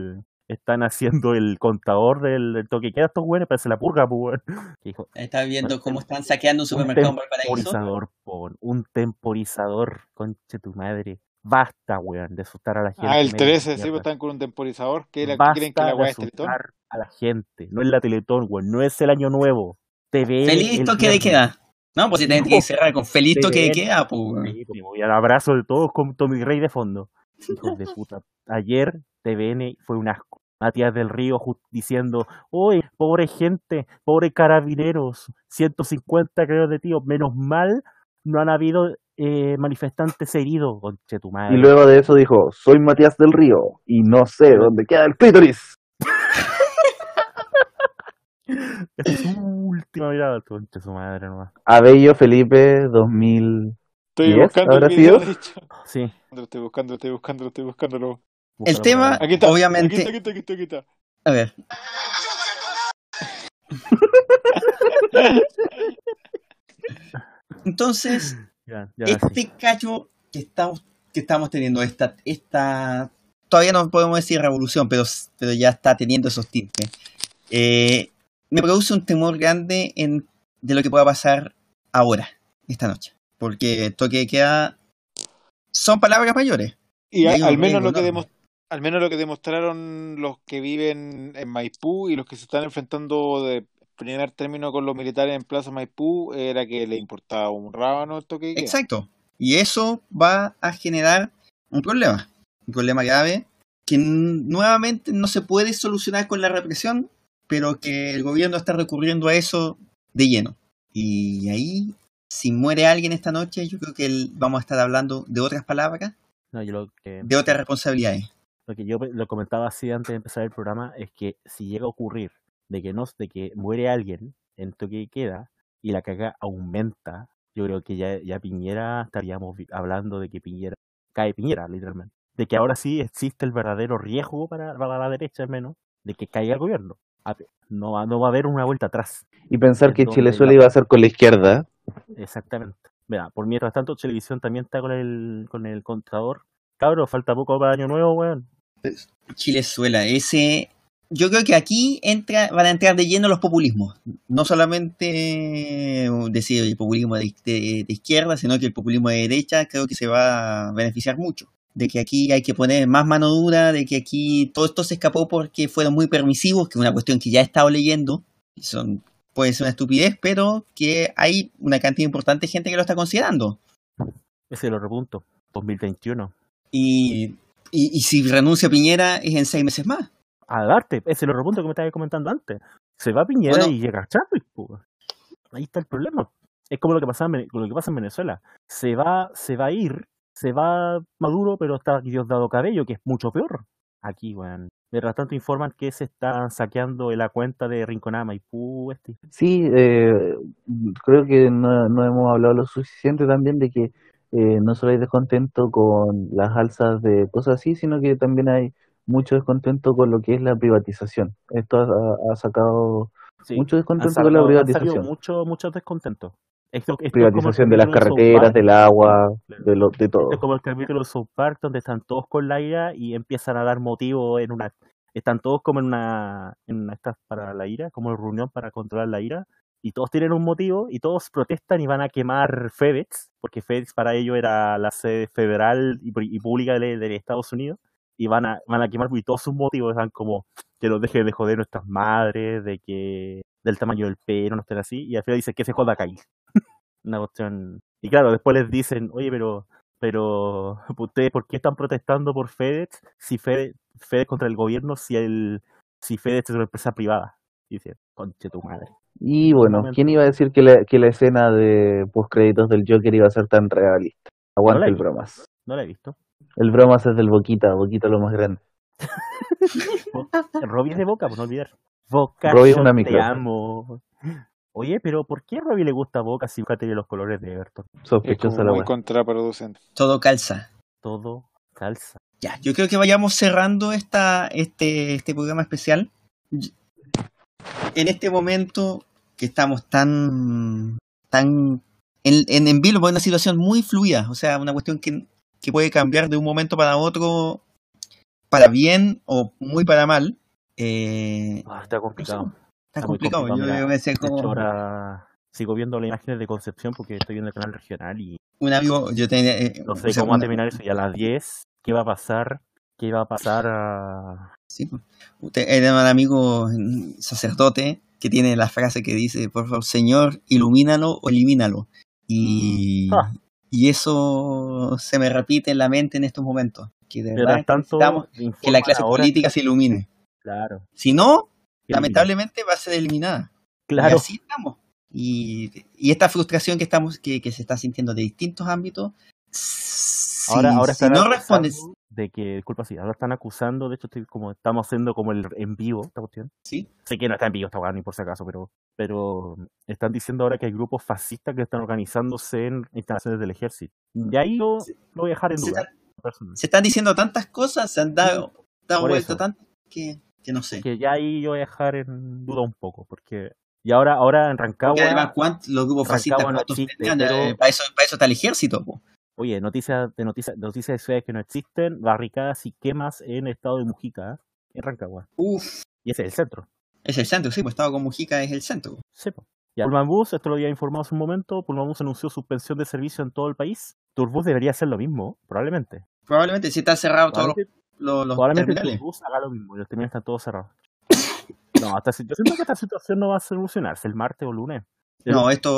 el contador del toque de queda. Estos güeyes parece la purga, pues, güey. está viendo cómo están saqueando un supermercado en Valparaíso. Un temporizador, conche tu madre. Basta, weón, de asustar a la gente. Ah, el 13, sí, pues están con un temporizador. ¿Qué creen que la weá es Teletón? Asustar a la gente. No es la Teletón, weón, no es el año nuevo. TV. Feliz toque de queda. No, pues si tenés que cerrar con feliz toque de queda, pues. Sí, y al abrazo de todos con Tommy Rey de fondo. Hijos de puta. Ayer TVN fue un asco. Matías del Río diciendo, oye, pobre gente, pobre carabineros, 150 creo de tío, menos mal no han habido manifestantes heridos, conche tu madre. Y luego de eso dijo, soy Matías del Río y no sé dónde queda el clítoris. Esa es su última mirada, conche su madre nomás. Abello Felipe 2000. Estoy 10, buscando ¿habrá el video, sido? de hecho. Sí. Lo estoy buscándolo. El tema, Aquí está, obviamente. Aquí está. A ver. Entonces, Ya este sí. cacho que estamos teniendo, esta todavía no podemos decir revolución, pero ya está teniendo esos tintes. Me produce un temor grande de lo que pueda pasar ahora, esta noche. Porque toque de queda son palabras mayores. Y hay un al menos riesgo lo que enorme. al menos lo que demostraron los que viven en Maipú y los que se están enfrentando de primer término con los militares en Plaza Maipú era que le importaba un rábano el toque de queda. Exacto. Y eso va a generar un problema grave que nuevamente no se puede solucionar con la represión, pero que el gobierno está recurriendo a eso de lleno. Y ahí, si muere alguien esta noche, yo creo que vamos a estar hablando de otras palabras, No, yo de otras responsabilidades. lo que yo lo comentaba así antes de empezar el programa es que si llega a ocurrir de que muere alguien en toque de queda y la caga aumenta, yo creo que ya Piñera estaríamos hablando de que cae Piñera, literalmente. De que ahora sí existe el verdadero riesgo para la derecha, al menos, de que caiga el gobierno. No va a haber una vuelta atrás. Y pensar Es que donde Chilezuela iba a ser con la izquierda. Exactamente. Mira, por mientras tanto, Televisión también está con el contador. Cabros, falta poco para Año Nuevo, weón. Chilezuela, yo creo que aquí van a entrar de lleno los populismos. No solamente decir el populismo de izquierda, sino que el populismo de derecha creo que se va a beneficiar mucho. De que aquí hay que poner más mano dura, de que aquí todo esto se escapó porque fueron muy permisivos, que es una cuestión que ya he estado leyendo. Puede ser una estupidez, pero que hay una cantidad importante de gente que lo está considerando. Ese lo repunto. 2021. Y si renuncia Piñera es en 6 meses más. a darte. Ese es el otro punto que me estabas comentando antes. Se va Piñera Bueno. y llega Chadwick, pues. Ahí está el problema. Es como lo que pasa en Venezuela. Se va a ir, se va Maduro, pero está Diosdado Cabello, que es mucho peor. Aquí, weón. Mientras tanto informan que se está saqueando la cuenta de Rinconada Maipú. Sí, creo que no hemos hablado lo suficiente también de que no solo hay descontento con las alzas de cosas así, sino que también hay mucho descontento con lo que es la privatización. Esto ha sacado Sí, mucho han descontento con la salido privatización. muchos descontentos. Esto es como el Privatización de las capítulo de South carreteras, Park. del agua, Claro. de Esto es todo. como el capítulo de South Park donde están todos con la ira y empiezan a dar motivo están todos como en una estas para la ira, como en reunión para controlar la ira, y todos tienen un motivo y todos protestan y van a quemar FedEx, porque FedEx para ellos era la sede federal y pública de Estados Unidos, y van a quemar, y todos sus motivos están como que nos dejen de joder nuestras madres, de que del tamaño del pelo, no estén así, y al final dicen que se joda Kyle. Una cuestión. Y claro, después les dicen, oye, pero ustedes, ¿por qué están protestando por FedEx si FedEx contra el gobierno si FedEx es una empresa privada? Y dice, conche tu madre. Y bueno, Momento. ¿quién iba a decir que la escena de postcréditos del Joker iba a ser tan realista? Aguante No la he el visto. bromas. No la he visto. El bromas es del Boquita lo más grande. Robbie es de Boca, por no olvidar. Boca, Robbie es yo una te micro. amo. Oye, pero ¿por qué a Robbie le gusta Boca si Boca tiene los colores de Everton? Es Sospechosa como la muy wea. contraproducente. Todo calza. Todo calza. Ya, yo creo que vayamos cerrando este programa especial. En este momento que estamos tan en Bilbo, en una situación muy fluida, o sea, una cuestión que puede cambiar de un momento para otro, para bien o muy para mal. Está complicado. Está muy complicado. mira, Yo me sé de hecho, como ahora sigo viendo las imágenes de Concepción porque estoy viendo el canal regional y un amigo, yo tenía no sé cómo va a terminar eso. Y a las 10, ¿qué va a pasar? ¿Qué va a pasar a...? Sí, pues. Usted era un amigo sacerdote que tiene la frase que dice, por favor, Señor, ilumínalo o elimínalo. Y eso se me repite en la mente en estos momentos. Que de verdad Mientras tanto, necesitamos que la clase política se ilumine. Claro. Si no, Qué lamentablemente va a ser eliminada. Claro. Y así estamos. Y esta frustración que se está sintiendo de distintos ámbitos, ahora si no respondes... ahora están acusando, de hecho estamos haciendo como el en vivo esta cuestión. Sí. Sé que no está en vivo esta cuestión, ni por si acaso, pero están diciendo ahora que hay grupos fascistas que están organizándose en instalaciones del ejército. Y ahí lo voy a dejar en duda. Se están diciendo tantas cosas, se han dado vuelta tanto que no sé. Que ya ahí yo voy a dejar en duda un poco, porque... Y ahora en Rancagua... Porque además, los grupos fascistas no existe, para eso está el ejército, po. Oye, noticias de ciudades que no existen, barricadas y quemas en estado de Mujica, en Rancagua. Uf. Y ese es el centro. Es el centro, sí, pues estado con Mujica es el centro. Sí, pues. Y Pullman Bus, esto lo había informado hace un momento, Pullman Bus anunció suspensión de servicio en todo el país. Turbus debería hacer lo mismo, probablemente. Probablemente, si está cerrado todos los probablemente terminales. Turbus haga lo mismo y los terminales están todos cerrados. No, yo siento que esta situación no va a solucionarse el martes o lunes. No, esto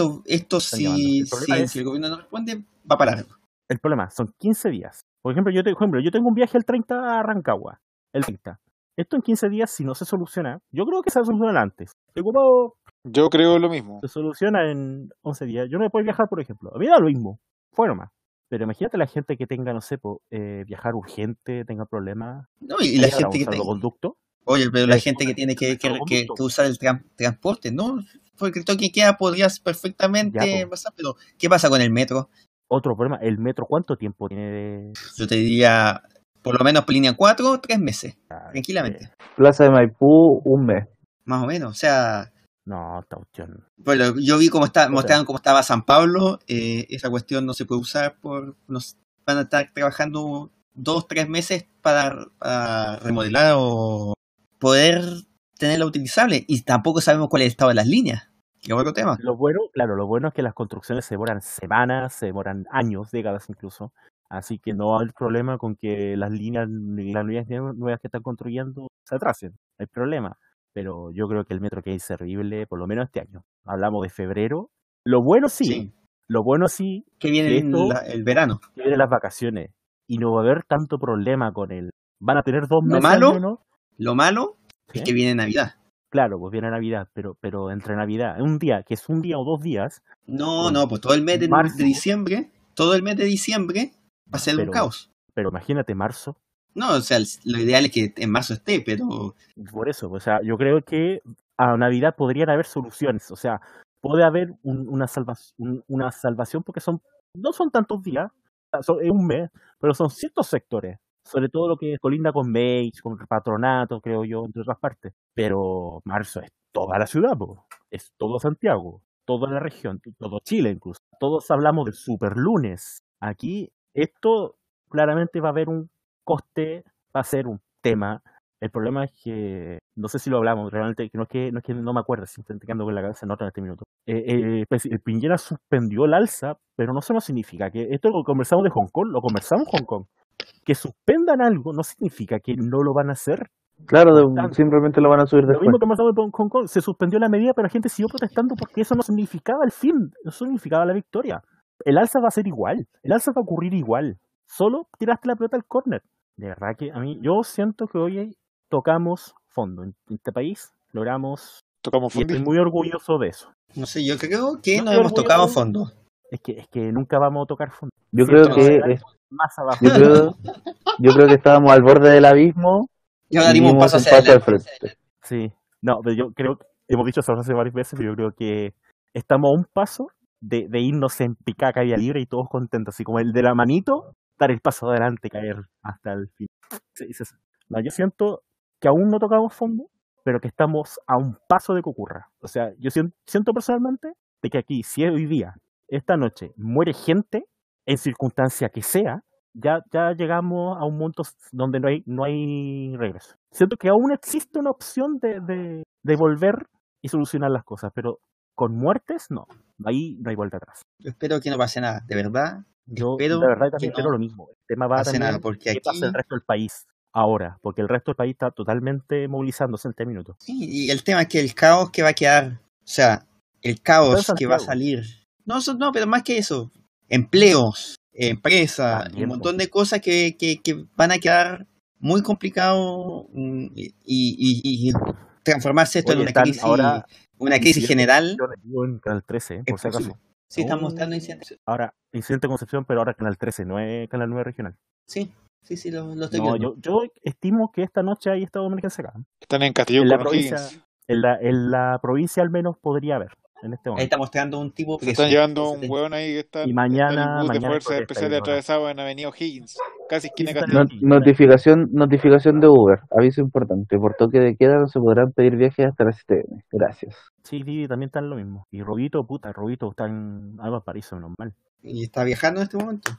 si el gobierno no responde, va a parar. El problema son 15 días. Por ejemplo, yo tengo un viaje el 30 a Rancagua. El 30. Esto en 15 días, si no se soluciona, yo creo que se va a solucionar antes. Yo creo lo mismo. Se soluciona en 11 días. Yo no puedo viajar, por ejemplo. A mí da lo mismo. Fue nomás. Pero imagínate la gente que tenga, no sé, viajar urgente, tenga problemas. No, y la gente que tenga... conducto. Oye, pero la gente que tiene que usar el transporte, ¿no? Porque el toque queda podrías perfectamente pasar, pero ¿qué pasa con el metro? Otro problema, ¿el metro cuánto tiempo tiene de...? Yo te diría, por lo menos por línea 4, 3 meses, tranquilamente. Plaza de Maipú, 1 mes. Más o menos, o sea... No, esta cuestión... Bueno, yo vi mostraron cómo estaba San Pablo, esa cuestión no se puede usar van a estar trabajando 2-3 meses para remodelar o poder tenerla utilizable, y tampoco sabemos cuál es el estado de las líneas. ¿Qué otro tema? Lo bueno es que las construcciones se demoran semanas, se demoran años, décadas incluso. Así que no hay problema con que las líneas nuevas que están construyendo se atrasen. No hay problema. Pero yo creo que el metro queda inservible por lo menos este año. Hablamos de febrero. Lo bueno sí. Que viene el verano. Que vienen las vacaciones. Y no va a haber tanto problema con el... Van a tener 2 meses malo, al menos. Lo malo es ¿sí? que viene Navidad. Claro, pues viene Navidad, pero entre Navidad, un día, que es un día o 2 días, No, con pues todo el mes de marzo, diciembre, todo el mes de diciembre va a ser un pero, caos. pero imagínate marzo, No, o sea, lo ideal es que en marzo esté, pero por eso, o sea, yo creo que a Navidad podrían haber soluciones, o sea, puede haber una salvación porque no son tantos días, es un mes, pero son ciertos sectores, sobre todo lo que colinda con Mage, con Patronato, creo yo, entre otras partes. Pero marzo es toda la ciudad, po. Es todo Santiago, toda la región, todo Chile incluso. Todos hablamos del superlunes. Aquí esto claramente va a haber un coste, va a ser un tema. El problema es que, no sé si lo hablamos, realmente no es que no me acuerdo, simplemente quedando con la cabeza en otra en este minuto. Pues, el Piñera suspendió el alza, pero no eso no significa que esto lo conversamos de Hong Kong, lo conversamos en Hong Kong. Que suspendan algo no significa que no lo van a hacer. Claro, Por tanto, simplemente lo van a subir lo después. mismo que pasaba en Hong Kong, se suspendió la medida, pero la gente siguió protestando porque eso no significaba el fin, no significaba la victoria. El alza va a ser igual, el alza va a ocurrir igual. Solo tiraste la pelota al córner. De verdad que a mí, yo siento que hoy tocamos fondo. En este país logramos, Tocamos y estoy fundir. muy orgulloso de eso. no sé, yo creo que Yo nos estoy hemos tocado orgulloso, fondo. es que nunca vamos a tocar fondo. Yo Siempre creo vamos a que llegar es- más abajo. yo creo que estábamos al borde del abismo Y ahora y dimos un dimos paso un hacia paso al adelante. frente. Sí, no, pero yo creo que hemos dicho esa frase varias veces, pero yo creo que estamos a un paso de irnos en picada caída libre y todos contentos, así como el de la manito, dar el paso adelante, caer hasta el fin. No, yo siento que aún no tocamos fondo, pero que estamos a un paso de que ocurra. O sea, yo siento personalmente de que aquí, si hoy día, esta noche, muere gente, en circunstancia que sea, ya llegamos a un punto donde no hay regreso. Siento que aún existe una opción de volver y solucionar las cosas, pero con muertes, no. Ahí no hay vuelta atrás. Yo espero que no pase nada, de verdad. Yo, Espero de verdad, que también espero no lo mismo. El tema va pase también nada, porque qué pasa el aquí... resto del país ahora, porque el resto del país está totalmente movilizándose en este minuto. Sí, y el tema es que el caos que va a quedar, o sea, el Todo en caos que va a Santiago. salir. No, pero más que eso, empleos, empresas, También, un montón de cosas que van a quedar muy complicado y transformarse esto en Oye, una están crisis, ahora una crisis incidente general. Concepción en Canal 13, Es por si posible. acaso. Sí, están mostrando incidentes. Ahora, Incidente Concepción, pero ahora Canal 13, no es Canal 9 regional. Sí, lo estoy No, viendo. yo estimo que esta noche hay Estado de Emergencia acá. Están en Castillo En la con provincia, O'Higgins. en la provincia al menos podría haber, en este Ahí momento. está mostrando un tipo Se preso. están llevando a un hueón ahí que está Y en el mañana bus de hay fuerzas protesta ahí especiales ahora. atravesado en Avenida O'Higgins, casi Sí, esquina sí, está Castillo. aquí. Notificación de Uber. Aviso importante. Por toque de queda no se podrán pedir viajes hasta las 7 m. Gracias. Sí, Didi también está en lo mismo. Y Robito está en Valparaíso, normal. Y está viajando en este momento.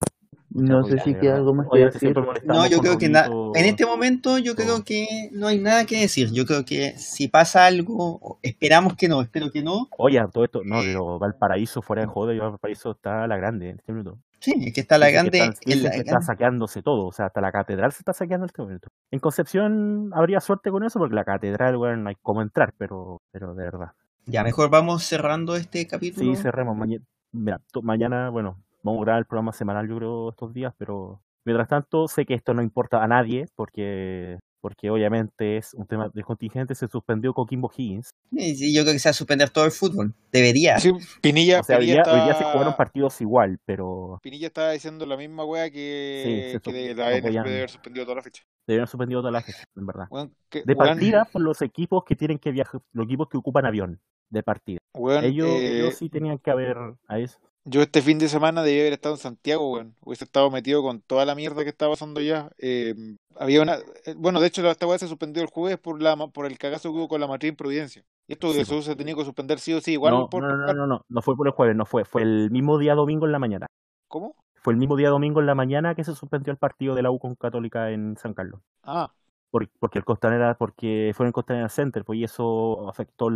No sé si queda algo más que Obviamente decir. siempre molestamos No, yo con creo que Robito. en este momento yo creo que no hay nada que decir. Yo creo que si pasa algo, esperamos que no, espero que no. Oye, todo esto, no, pero Valparaíso fuera de joda, y Valparaíso está a la grande en este minuto. Sí, es que está la Dicen que grande. dicen que está saqueándose todo, o sea, hasta la catedral se está saqueando en este momento. En Concepción habría suerte con eso porque la catedral, bueno, no hay cómo entrar, pero de verdad. Ya, mejor vamos cerrando este capítulo. Sí, cerremos. Mira, mañana, bueno, vamos a grabar el programa semanal, yo creo, estos días, pero mientras tanto, sé que esto no importa a nadie, porque obviamente es un tema de contingente, se suspendió Coquimbo Higgins. Sí, yo creo que se va a suspender todo el fútbol. Debería. Sí, Pinilla, O sea, hoy día se jugaron está, partidos igual, pero Pinilla estaba diciendo la misma wea sí, que de la no NFP podían, debe haber suspendido toda la fecha. debieron haber suspendido toda la fecha, en verdad. Weón, De partida, por los equipos que tienen que viajar, los equipos que ocupan avión, de partida. weón, Ellos sí tenían que haber a eso. yo este fin de semana debía haber estado en Santiago, weón. Hubiese estado metido con toda la mierda que estaba pasando ya. Había una... bueno, de hecho, esta weá se suspendió el jueves por el cagazo que hubo con la matriz en Providencia. Y esto Sí, eso se tenía que suspender sí o sí, igual no, por... no fue por el jueves, no fue el mismo día domingo en la mañana. ¿Cómo? Fue el mismo día domingo en la mañana que se suspendió el partido de la U con Católica en San Carlos. Ah, Porque porque fue en el Costanera Center, pues, y eso afectó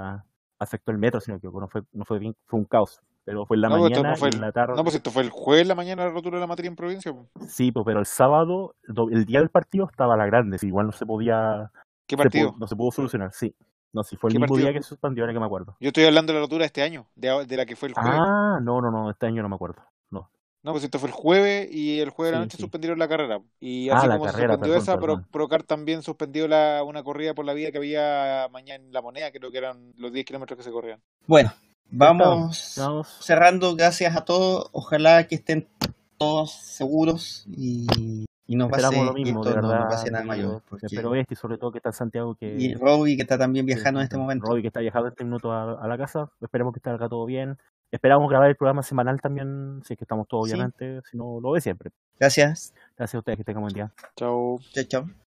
el metro, sino que no fue bien, fue un caos. Pero fue en la no, pues esto mañana no fue y en la tarde. no, pues esto fue el jueves en la mañana la rotura de la matriz en Providencia, pues. Sí, pues, pero el sábado, el día del partido estaba a la grande, sí, igual no se podía. ¿Qué partido? No se pudo solucionar, sí. No, sí, fue el ¿Qué mismo partido? día que se suspendió, ahora que me acuerdo. Yo estoy hablando de la rotura de este año, de la que fue el jueves. Ah, no, este año no me acuerdo. No. No, pues esto fue el jueves y el jueves de la Sí, noche sí. suspendieron la carrera. Y Ah, así la como se carrera, suspendió perdón, esa, perdón. Procar también suspendió una corrida por la vía que había mañana en La Moneda, creo que eran los 10 kilómetros que se corrían. Bueno, Ya está, vamos vamos. cerrando. Gracias a todos. Ojalá que estén todos seguros y no Esperamos lo pase, que mismo, de esto no verdad, pase nada querido. mayor. Porque, Espero y sobre todo que está en Santiago, y que Robbie, que está también viajando en este momento. Robbie, que está viajando este minuto a la casa. Esperemos que salga todo bien. Esperamos grabar el programa semanal también, si es que estamos todos, Sí. obviamente, si no, lo de siempre. Gracias. Gracias a ustedes, que tengan buen día. Chao. Chao, chao.